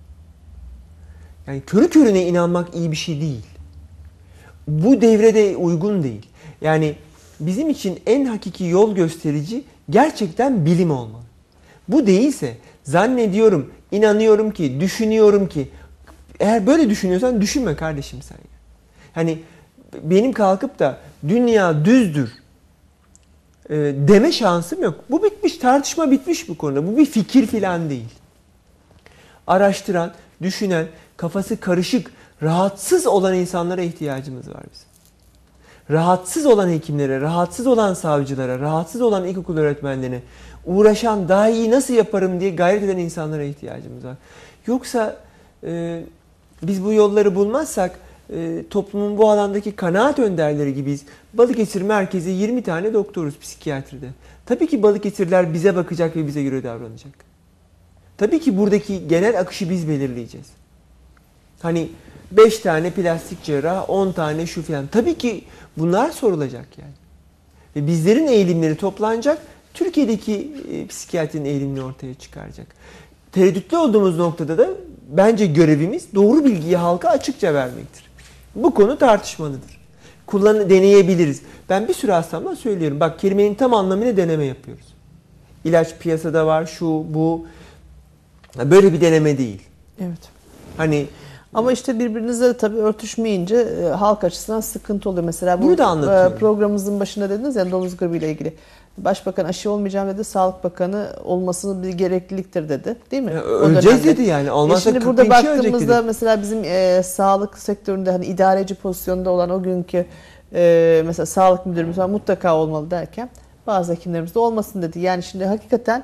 B: Yani körü körüne inanmak iyi bir şey değil. Bu devrede uygun değil. Yani bizim için en hakiki yol gösterici gerçekten bilim olmalı. Bu değilse zannediyorum, inanıyorum ki, düşünüyorum ki eğer böyle düşünüyorsan düşünme kardeşim sen. Hani benim kalkıp da dünya düzdür deme şansım yok. Bu bitmiş, tartışma bitmiş bu konuda. Bu bir fikir filan değil. Araştıran, düşünen, kafası karışık, rahatsız olan insanlara ihtiyacımız var bizim. Rahatsız olan hekimlere, rahatsız olan savcılara, rahatsız olan ilkokul öğretmenlerine, uğraşan, daha iyi nasıl yaparım diye gayret eden insanlara ihtiyacımız var. Yoksa biz bu yolları bulmazsak toplumun bu alandaki kanaat önderleri gibiyiz. Balıkesir merkezi 20 tane doktoruz psikiyatride. Tabii ki Balıkesirliler bize bakacak ve bize göre davranacak. Tabii ki buradaki genel akışı biz belirleyeceğiz. Hani 5 tane plastik cerrah, 10 tane şu filan. Tabii ki bunlar sorulacak yani. Ve bizlerin eğilimleri toplanacak, Türkiye'deki psikiyatrinin eğilimini ortaya çıkaracak. Tereddütlü olduğumuz noktada da bence görevimiz doğru bilgiyi halka açıkça vermektir. Bu konu tartışmalıdır. Deneyebiliriz. Ben bir sürü hastamdan söylüyorum. Bak, kelimenin tam anlamıyla deneme yapıyoruz. İlaç piyasada var, şu, bu. Böyle bir deneme değil.
A: Evet.
B: Hani
A: ama işte birbirinizle tabii örtüşmeyince halk açısından sıkıntı oluyor. Mesela bu
B: anlatıyorum.
A: programımızın başında dediniz ya, domuz gribi ile ilgili. Başbakan aşı olmayacağım dedi. Sağlık Bakanı olmasının bir gerekliliktir dedi. Değil mi?
B: Öleceğiz dedi yani. Olmazsa
A: şimdi burada baktığımızda mesela bizim sağlık sektöründe hani idareci pozisyonda olan o günkü mesela sağlık müdürümüz var, mutlaka olmalı derken bazı hekimlerimiz de olmasın dedi. Yani şimdi hakikaten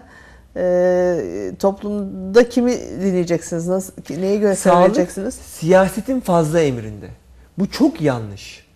A: toplumda kimi dinleyeceksiniz? Nasıl, neye göre karar vereceksiniz?
B: Siyasetin fazla emrinde. Bu çok yanlış.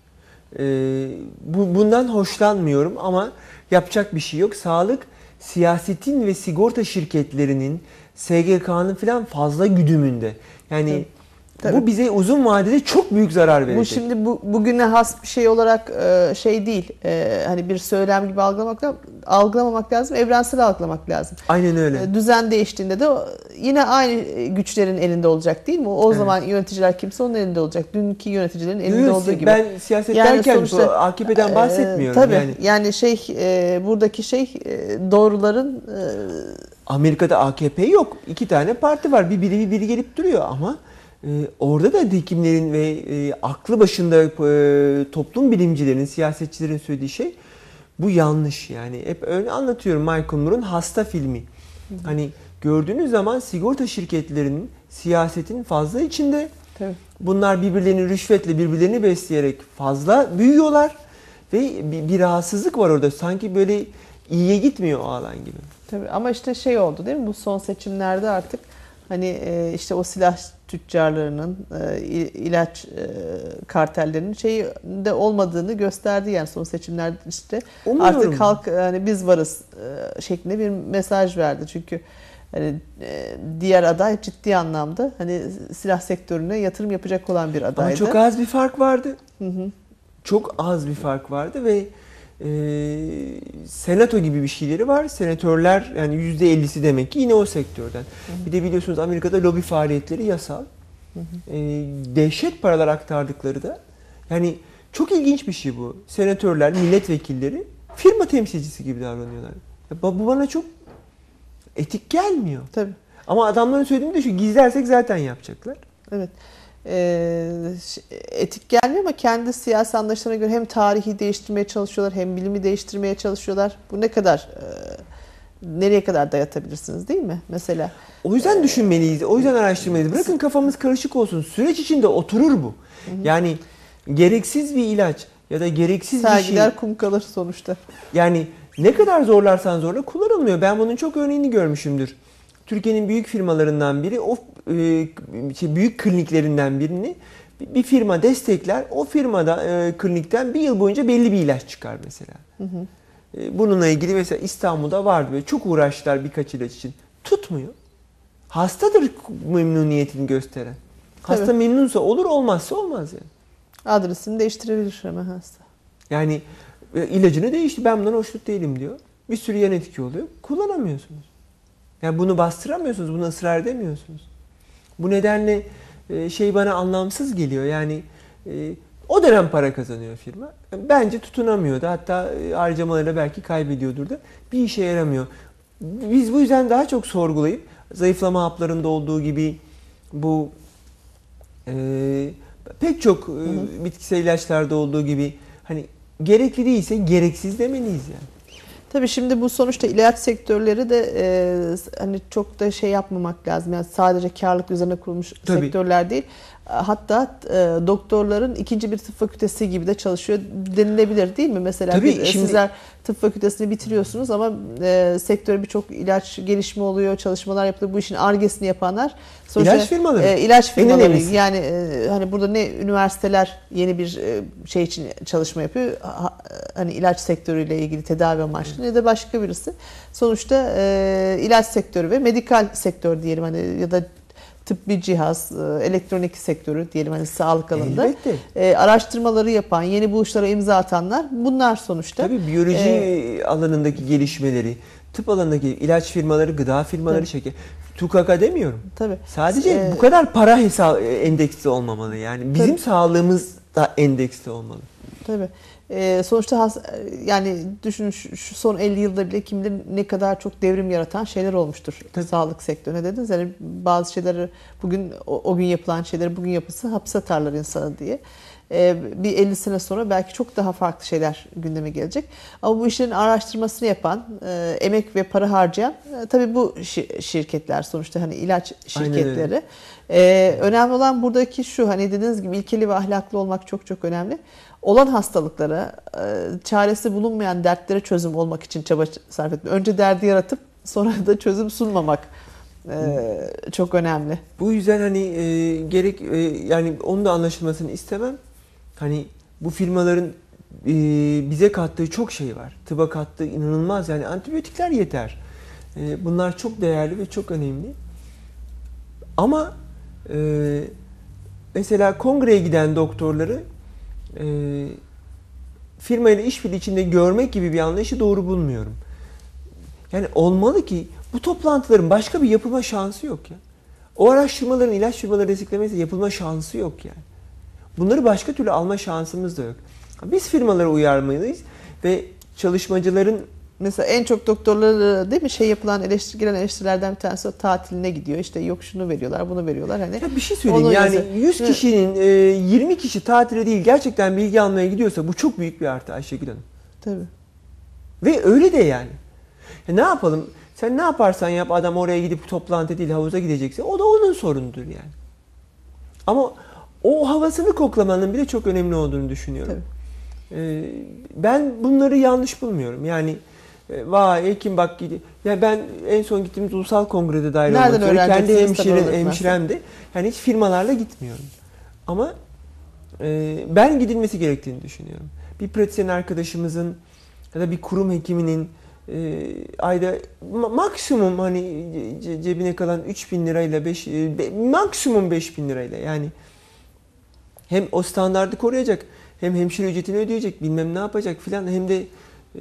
B: Bundan hoşlanmıyorum ama yapacak bir şey yok. Sağlık, siyasetin ve sigorta şirketlerinin, SGK'nın falan fazla güdümünde. Yani
A: tabii.
B: Bu bize uzun vadede çok büyük zarar verecek.
A: Bu şimdi bugüne has bir şey olarak şey değil. Hani bir söylem gibi algılamamak lazım. Evrensel algılamak lazım.
B: Aynen öyle.
A: Düzen değiştiğinde de yine aynı güçlerin elinde olacak değil mi? O zaman yöneticiler kimse onun elinde olacak. Dünkü yöneticilerin elinde olduğu gibi.
B: Ben siyaset derken sonuçta, AKP'den bahsetmiyorum.
A: Tabii. Yani buradaki doğruların
B: Amerika'da AKP yok. 2 tane parti var. Biri gelip duruyor ama orada da hekimlerin ve aklı başında toplum bilimcilerin, siyasetçilerin söylediği şey bu yanlış yani. Hep öyle anlatıyorum, Michael Moore'un Hasta filmi. Hani gördüğünüz zaman sigorta şirketlerinin, siyasetin fazla içinde.
A: Tabii.
B: Bunlar birbirlerini rüşvetle, birbirlerini besleyerek fazla büyüyorlar ve bir rahatsızlık var orada. Sanki böyle iyiye gitmiyor o alan gibi.
A: Tabii, ama işte oldu değil mi? Bu son seçimlerde artık hani işte o silah tüccarlarının, ilaç kartellerinin de olmadığını gösterdi yani son seçimlerde işte.
B: Umuyorum.
A: Artık halk hani biz varız şeklinde bir mesaj verdi. Çünkü hani diğer aday ciddi anlamda hani silah sektörüne yatırım yapacak olan bir adaydı.
B: Ama çok az bir fark vardı.
A: Hı.
B: Çok az bir fark vardı ve senato gibi bir şeyleri var. Senatörler yani %50'si demek ki yine o sektörden. Bir de biliyorsunuz Amerika'da lobi faaliyetleri yasal. Dehşet paralar aktardıkları da. Yani çok ilginç bir şey bu. Senatörler, milletvekilleri firma temsilcisi gibi davranıyorlar. Bu bana çok etik gelmiyor.
A: Tabii.
B: Ama adamların söylediğini de şu, gizlersek zaten yapacaklar.
A: Evet. Etik gelmiyor ama kendi siyasi anlayışlarına göre hem tarihi değiştirmeye çalışıyorlar hem bilimi değiştirmeye çalışıyorlar. Bu ne kadar nereye kadar dayatabilirsiniz değil mi mesela?
B: O yüzden düşünmeliyiz, o yüzden araştırmalıyız. Bırakın kafamız karışık olsun. Süreç içinde oturur bu. Yani gereksiz bir ilaç ya da gereksiz bir şey.
A: Sergiler kum kalır sonuçta.
B: Yani ne kadar zorlarsan zorla kullanılmıyor. Ben bunun çok örneğini görmüşümdür. Türkiye'nin büyük firmalarından biri, büyük kliniklerinden birini bir firma destekler. O firmada klinikten bir yıl boyunca belli bir ilaç çıkar mesela. Bununla ilgili mesela İstanbul'da vardı böyle, çok uğraştılar birkaç ilaç için. Tutmuyor. Hastadır memnuniyetini gösteren. Hasta
A: evet.
B: Memnunsa olur, olmazsa olmaz yani.
A: Adresini değiştirebilir hemen hasta.
B: Yani ilacını değişti, ben bundan hoşnut değilim diyor. Bir sürü yan etki oluyor. Kullanamıyorsunuz. Yani bunu bastıramıyorsunuz, bunu ısrar edemiyorsunuz. Bu nedenle bana anlamsız geliyor. Yani o dönem para kazanıyor firma. Bence tutunamıyordu. Hatta harcamalarıyla belki kaybediyordur da. Bir işe yaramıyor. Biz bu yüzden daha çok sorgulayıp zayıflama haplarında olduğu gibi bu pek çok bitkisel ilaçlarda olduğu gibi hani gerekli değilse gereksiz demeliyiz yani.
A: Tabii şimdi bu sonuçta ilaç sektörleri de hani çok da yapmamak lazım. Yani sadece karlılık üzerine kurulmuş sektörler değil. Hatta doktorların ikinci bir tıp fakültesi gibi de çalışıyor denilebilir değil mi? Mesela sizler tıp fakültesini bitiriyorsunuz ama sektörde birçok ilaç gelişme oluyor, çalışmalar yapılıyor. Bu işin Ar-Ge'sini yapanlar sonuçta ilaç firmaları. Yani hani burada ne üniversiteler yeni bir şey için çalışma yapıyor. Hani ilaç sektörüyle ilgili tedavi amaçlı ya da başka birisi. Sonuçta ilaç sektörü ve medikal sektör diyelim hani ya da tıbbi cihaz, elektronik sektörü diyelim hani sağlık alanında
B: Elbette.
A: Araştırmaları yapan, yeni buluşlara imza atanlar bunlar sonuçta.
B: Tabii biyoloji alanındaki gelişmeleri, tıp alanındaki ilaç firmaları, gıda firmaları, şeker. TÜKAK'a demiyorum.
A: Tabii.
B: Sadece bu kadar para endeksli olmamalı. Yani bizim sağlığımız da endeksli olmalı.
A: Tabii. Sonuçta yani düşünün şu son 50 yılda bile kim bilir ne kadar çok devrim yaratan şeyler olmuştur. Tabii. Sağlık sektörüne dediniz. Yani bazı şeyleri bugün o gün yapılan şeyleri bugün yapılsa hapse atarlar insanı diye. Bir 50 sene sonra belki çok daha farklı şeyler gündeme gelecek. Ama bu işlerin araştırmasını yapan, emek ve para harcayan tabii bu şirketler sonuçta hani ilaç şirketleri. Önemli olan buradaki şu hani dediğiniz gibi ilkeli ve ahlaklı olmak çok çok önemli. Olan hastalıklara, çaresi bulunmayan dertlere çözüm olmak için çaba sarf etmek. Önce derdi yaratıp sonra da çözüm sunmamak çok önemli.
B: Bu yüzden hani gerek yani onun da anlaşılmasını istemem. Hani bu firmaların bize kattığı çok şey var. Tıba kattığı inanılmaz, yani antibiyotikler yeter. Bunlar çok değerli ve çok önemli. Ama mesela kongreye giden doktorları firmayla işbirliği içinde görmek gibi bir anlayışı doğru bulmuyorum. Yani olmalı ki bu toplantıların başka bir yapılma şansı yok ya. O araştırmaların ilaç firmaları desteklemesi yapılma şansı yok yani. Bunları başka türlü alma şansımız da yok. Biz firmaları uyarmalıyız ve çalışmacıların
A: mesela en çok doktorları değil mi yapılan gelen eleştirilerden bir tanesi tatiline gidiyor. İşte yok şunu veriyorlar, bunu veriyorlar. Hani
B: ya bir şey söyleyeyim yani 100 kişinin 20 kişi tatile değil gerçekten bilgi almaya gidiyorsa bu çok büyük bir artı Ayşegül Hanım.
A: Tabii.
B: Ve öyle de yani. Ne yapalım? Sen ne yaparsan yap, adam oraya gidip toplantı değil havuza gidecekse o da onun sorunudur yani. Ama o havasını koklamanın bile çok önemli olduğunu düşünüyorum. Ben bunları yanlış bulmuyorum. Yani vay Ekim bak gidiyor. Ya ben en son gittiğimiz ulusal kongrede dahil olmak üzere kendi hemşiremdi. Yani hiç firmalarla gitmiyorum. Ama ben gidilmesi gerektiğini düşünüyorum. Bir pratisyen arkadaşımızın ya da bir kurum hekiminin ayda maksimum hani cebine kalan 3.000 lirayla maksimum 5.000 lirayla yani hem o standardı koruyacak, hem hemşire ücretini ödeyecek, bilmem ne yapacak filan, hem de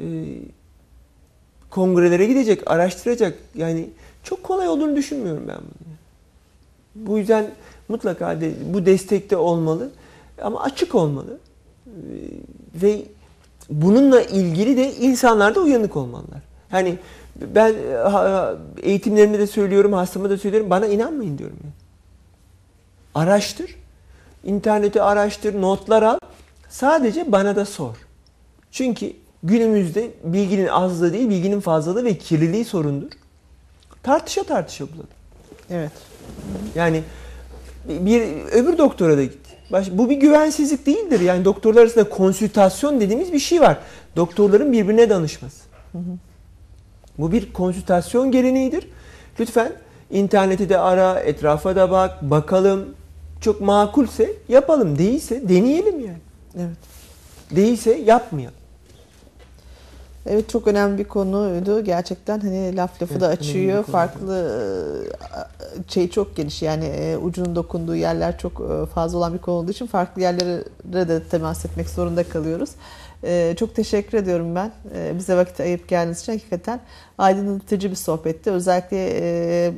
B: kongrelere gidecek, araştıracak. Yani çok kolay olduğunu düşünmüyorum ben bunu. Bu yüzden mutlaka bu destekte olmalı ama açık olmalı. Ve bununla ilgili de insanlar da uyanık olmalılar. Yani ben eğitimlerimde de söylüyorum, hastama da söylüyorum, bana inanmayın diyorum. Yani. Araştır, interneti araştır, notlar al, sadece bana da sor. Çünkü günümüzde bilginin azlığı değil, bilginin fazlalığı ve kirliliği sorundur. Tartışa bulalım.
A: Evet.
B: Yani öbür doktora da git. Bu bir güvensizlik değildir. Yani doktorlar arasında konsültasyon dediğimiz bir şey var. Doktorların birbirine danışması. Bu bir konsültasyon geleneğidir. Lütfen interneti de ara, etrafa da bak, bakalım. Çok makulse yapalım. Değilse deneyelim yani.
A: Evet.
B: Değilse yapmayalım.
A: Evet, çok önemli bir konuydu. Gerçekten hani lafı da açıyor. Farklı çok geniş. Yani ucunun dokunduğu yerler çok fazla olan bir konu olduğu için farklı yerlere de temas etmek zorunda kalıyoruz. Çok teşekkür ediyorum ben. Bize vakit ayırıp geldiğiniz için hakikaten aydınlatıcı bir sohbetti. Özellikle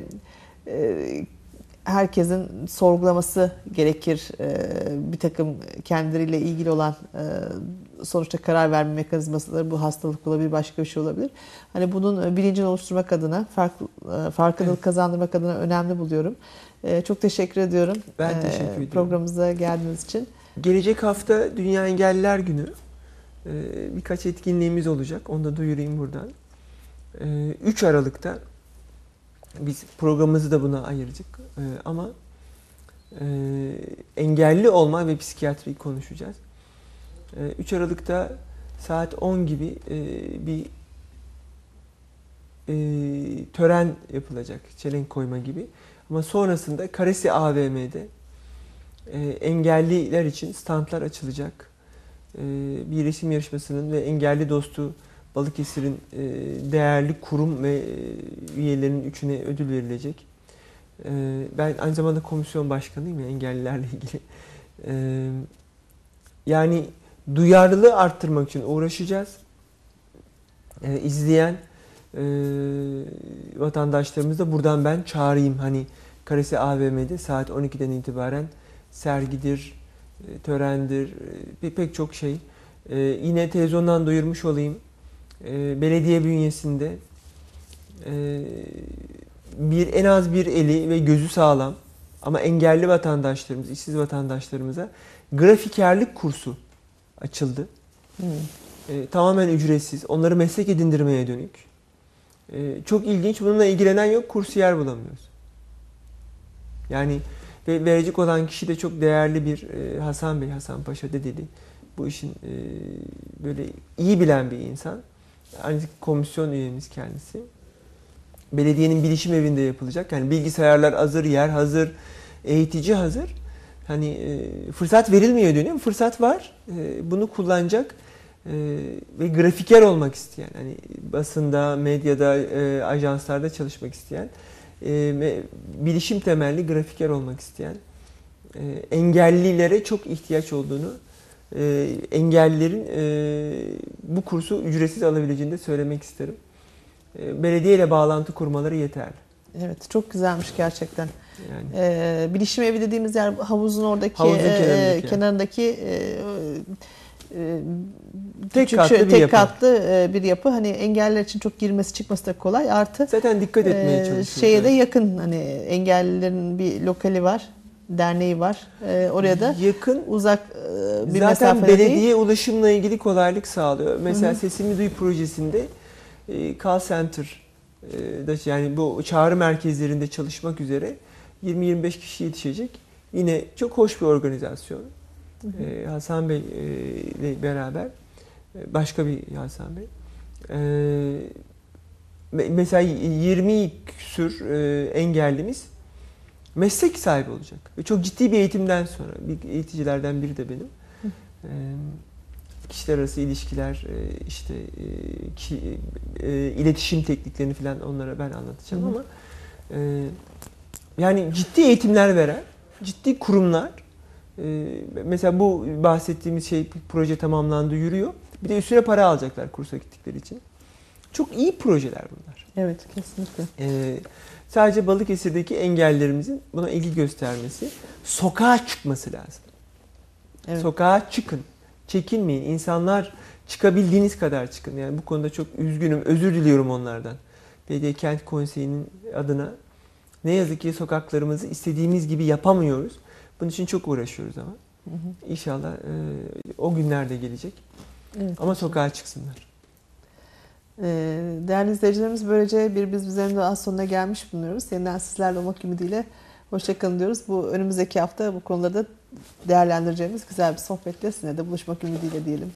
A: herkesin sorgulaması gerekir. Bir takım kendileriyle ilgili olan sonuçta karar verme mekanizmaları, bu hastalık olabilir, başka bir şey olabilir. Hani bunun bilincini oluşturmak adına, farkındalık kazandırmak adına önemli buluyorum. Çok teşekkür ediyorum.
B: Ben teşekkür ediyorum.
A: Programımıza geldiğiniz için.
B: Gelecek hafta Dünya Engelliler Günü. Birkaç etkinliğimiz olacak. Onu da duyurayım buradan. 3 Aralık'ta biz programımızı da buna ayıracak. Ama engelli olma ve psikiyatriyi konuşacağız. 3 Aralık'ta saat 10 gibi bir tören yapılacak. Çelenk koyma gibi. Ama sonrasında Karesi AVM'de engelliler için standlar açılacak. Bir resim yarışmasının ve engelli dostu Balıkesir'in değerli kurum ve üyelerinin üçüne ödül verilecek. Ben aynı zamanda komisyon başkanıyım ya engellilerle ilgili. Yani duyarlılığı arttırmak için uğraşacağız. İzleyen vatandaşlarımız da buradan ben çağırayım. Hani Karesi AVM'de saat 12'den itibaren sergidir, törendir, pek çok şey. Yine televizyondan duyurmuş olayım. Belediye bünyesinde en az bir eli ve gözü sağlam ama engelli vatandaşlarımız, işsiz vatandaşlarımıza grafikerlik kursu açıldı. Tamamen ücretsiz. Onları meslek edindirmeye dönük. Çok ilginç. Bununla ilgilenen yok. Kursiyer bulamıyoruz. Yani verecek olan kişi de çok değerli bir Hasan Bey, Hasan Paşa Dedeli. Bu işin böyle iyi bilen bir insan. Aynı komisyon üyemiz kendisi. Belediyenin bilişim evinde yapılacak. Yani bilgisayarlar hazır, yer hazır, eğitici hazır. Hani fırsat verilmiyor dönüyor. Fırsat var. Bunu kullanacak ve grafiker olmak isteyen, hani basında, medyada, ajanslarda çalışmak isteyen, bilişim temelli grafiker olmak isteyen, engellilere çok ihtiyaç olduğunu, engellilerin bu kursu ücretsiz alabileceğini de söylemek isterim. Belediye ile bağlantı kurmaları yeterli.
A: Evet, çok güzelmiş gerçekten. Yani. Bilişim evi dediğimiz yer havuzun oradaki kenarındaki
B: tek katlı
A: bir yapı. Hani engelliler için çok girmesi çıkması da kolay. Artı
B: zaten dikkat etmeye çalışıyoruz.
A: Şeye de yakın, hani engellilerin bir lokali var, derneği var. Oraya da yakın, uzak bir mesafede
B: zaten belediye değil. Ulaşımla ilgili kolaylık sağlıyor. Mesela Sesimi Duy projesinde call center, yani bu çağrı merkezlerinde çalışmak üzere 20-25 kişi yetişecek. Yine çok hoş bir organizasyon. Hasan Bey ile beraber, başka bir Hasan Bey. Mesela 20 küsür engellimiz meslek sahibi olacak. Ve çok ciddi bir eğitimden sonra, bir eğiticilerden biri de benim. Kişiler arası ilişkiler, işte iletişim tekniklerini falan onlara ben anlatacağım ama yani ciddi eğitimler veren, ciddi kurumlar, mesela bu bahsettiğimiz proje tamamlandı, yürüyor. Bir de üstüne para alacaklar kursa gittikleri için. Çok iyi projeler bunlar.
A: Evet, kesinlikle.
B: Sadece Balıkesir'deki engellilerimizin buna ilgi göstermesi, sokağa çıkması lazım. Evet. Sokağa çıkın. Çekinmeyin. İnsanlar, çıkabildiğiniz kadar çıkın. Yani bu konuda çok üzgünüm. Özür diliyorum onlardan. Belediye Kent Konseyi'nin adına. Ne yazık ki sokaklarımızı istediğimiz gibi yapamıyoruz. Bunun için çok uğraşıyoruz ama. İnşallah o günler de gelecek. Evet, ama sokağa çıksınlar.
A: Değerli izleyicilerimiz, böylece Biz Bizlerin de az sonuna gelmiş bulunuyoruz. Yeniden sizlerle olmak ümidiyle hoşçakalın diyoruz. Bu önümüzdeki hafta bu konuları da değerlendireceğimiz güzel bir sohbetle sizinle de buluşmak ümidiyle diyelim.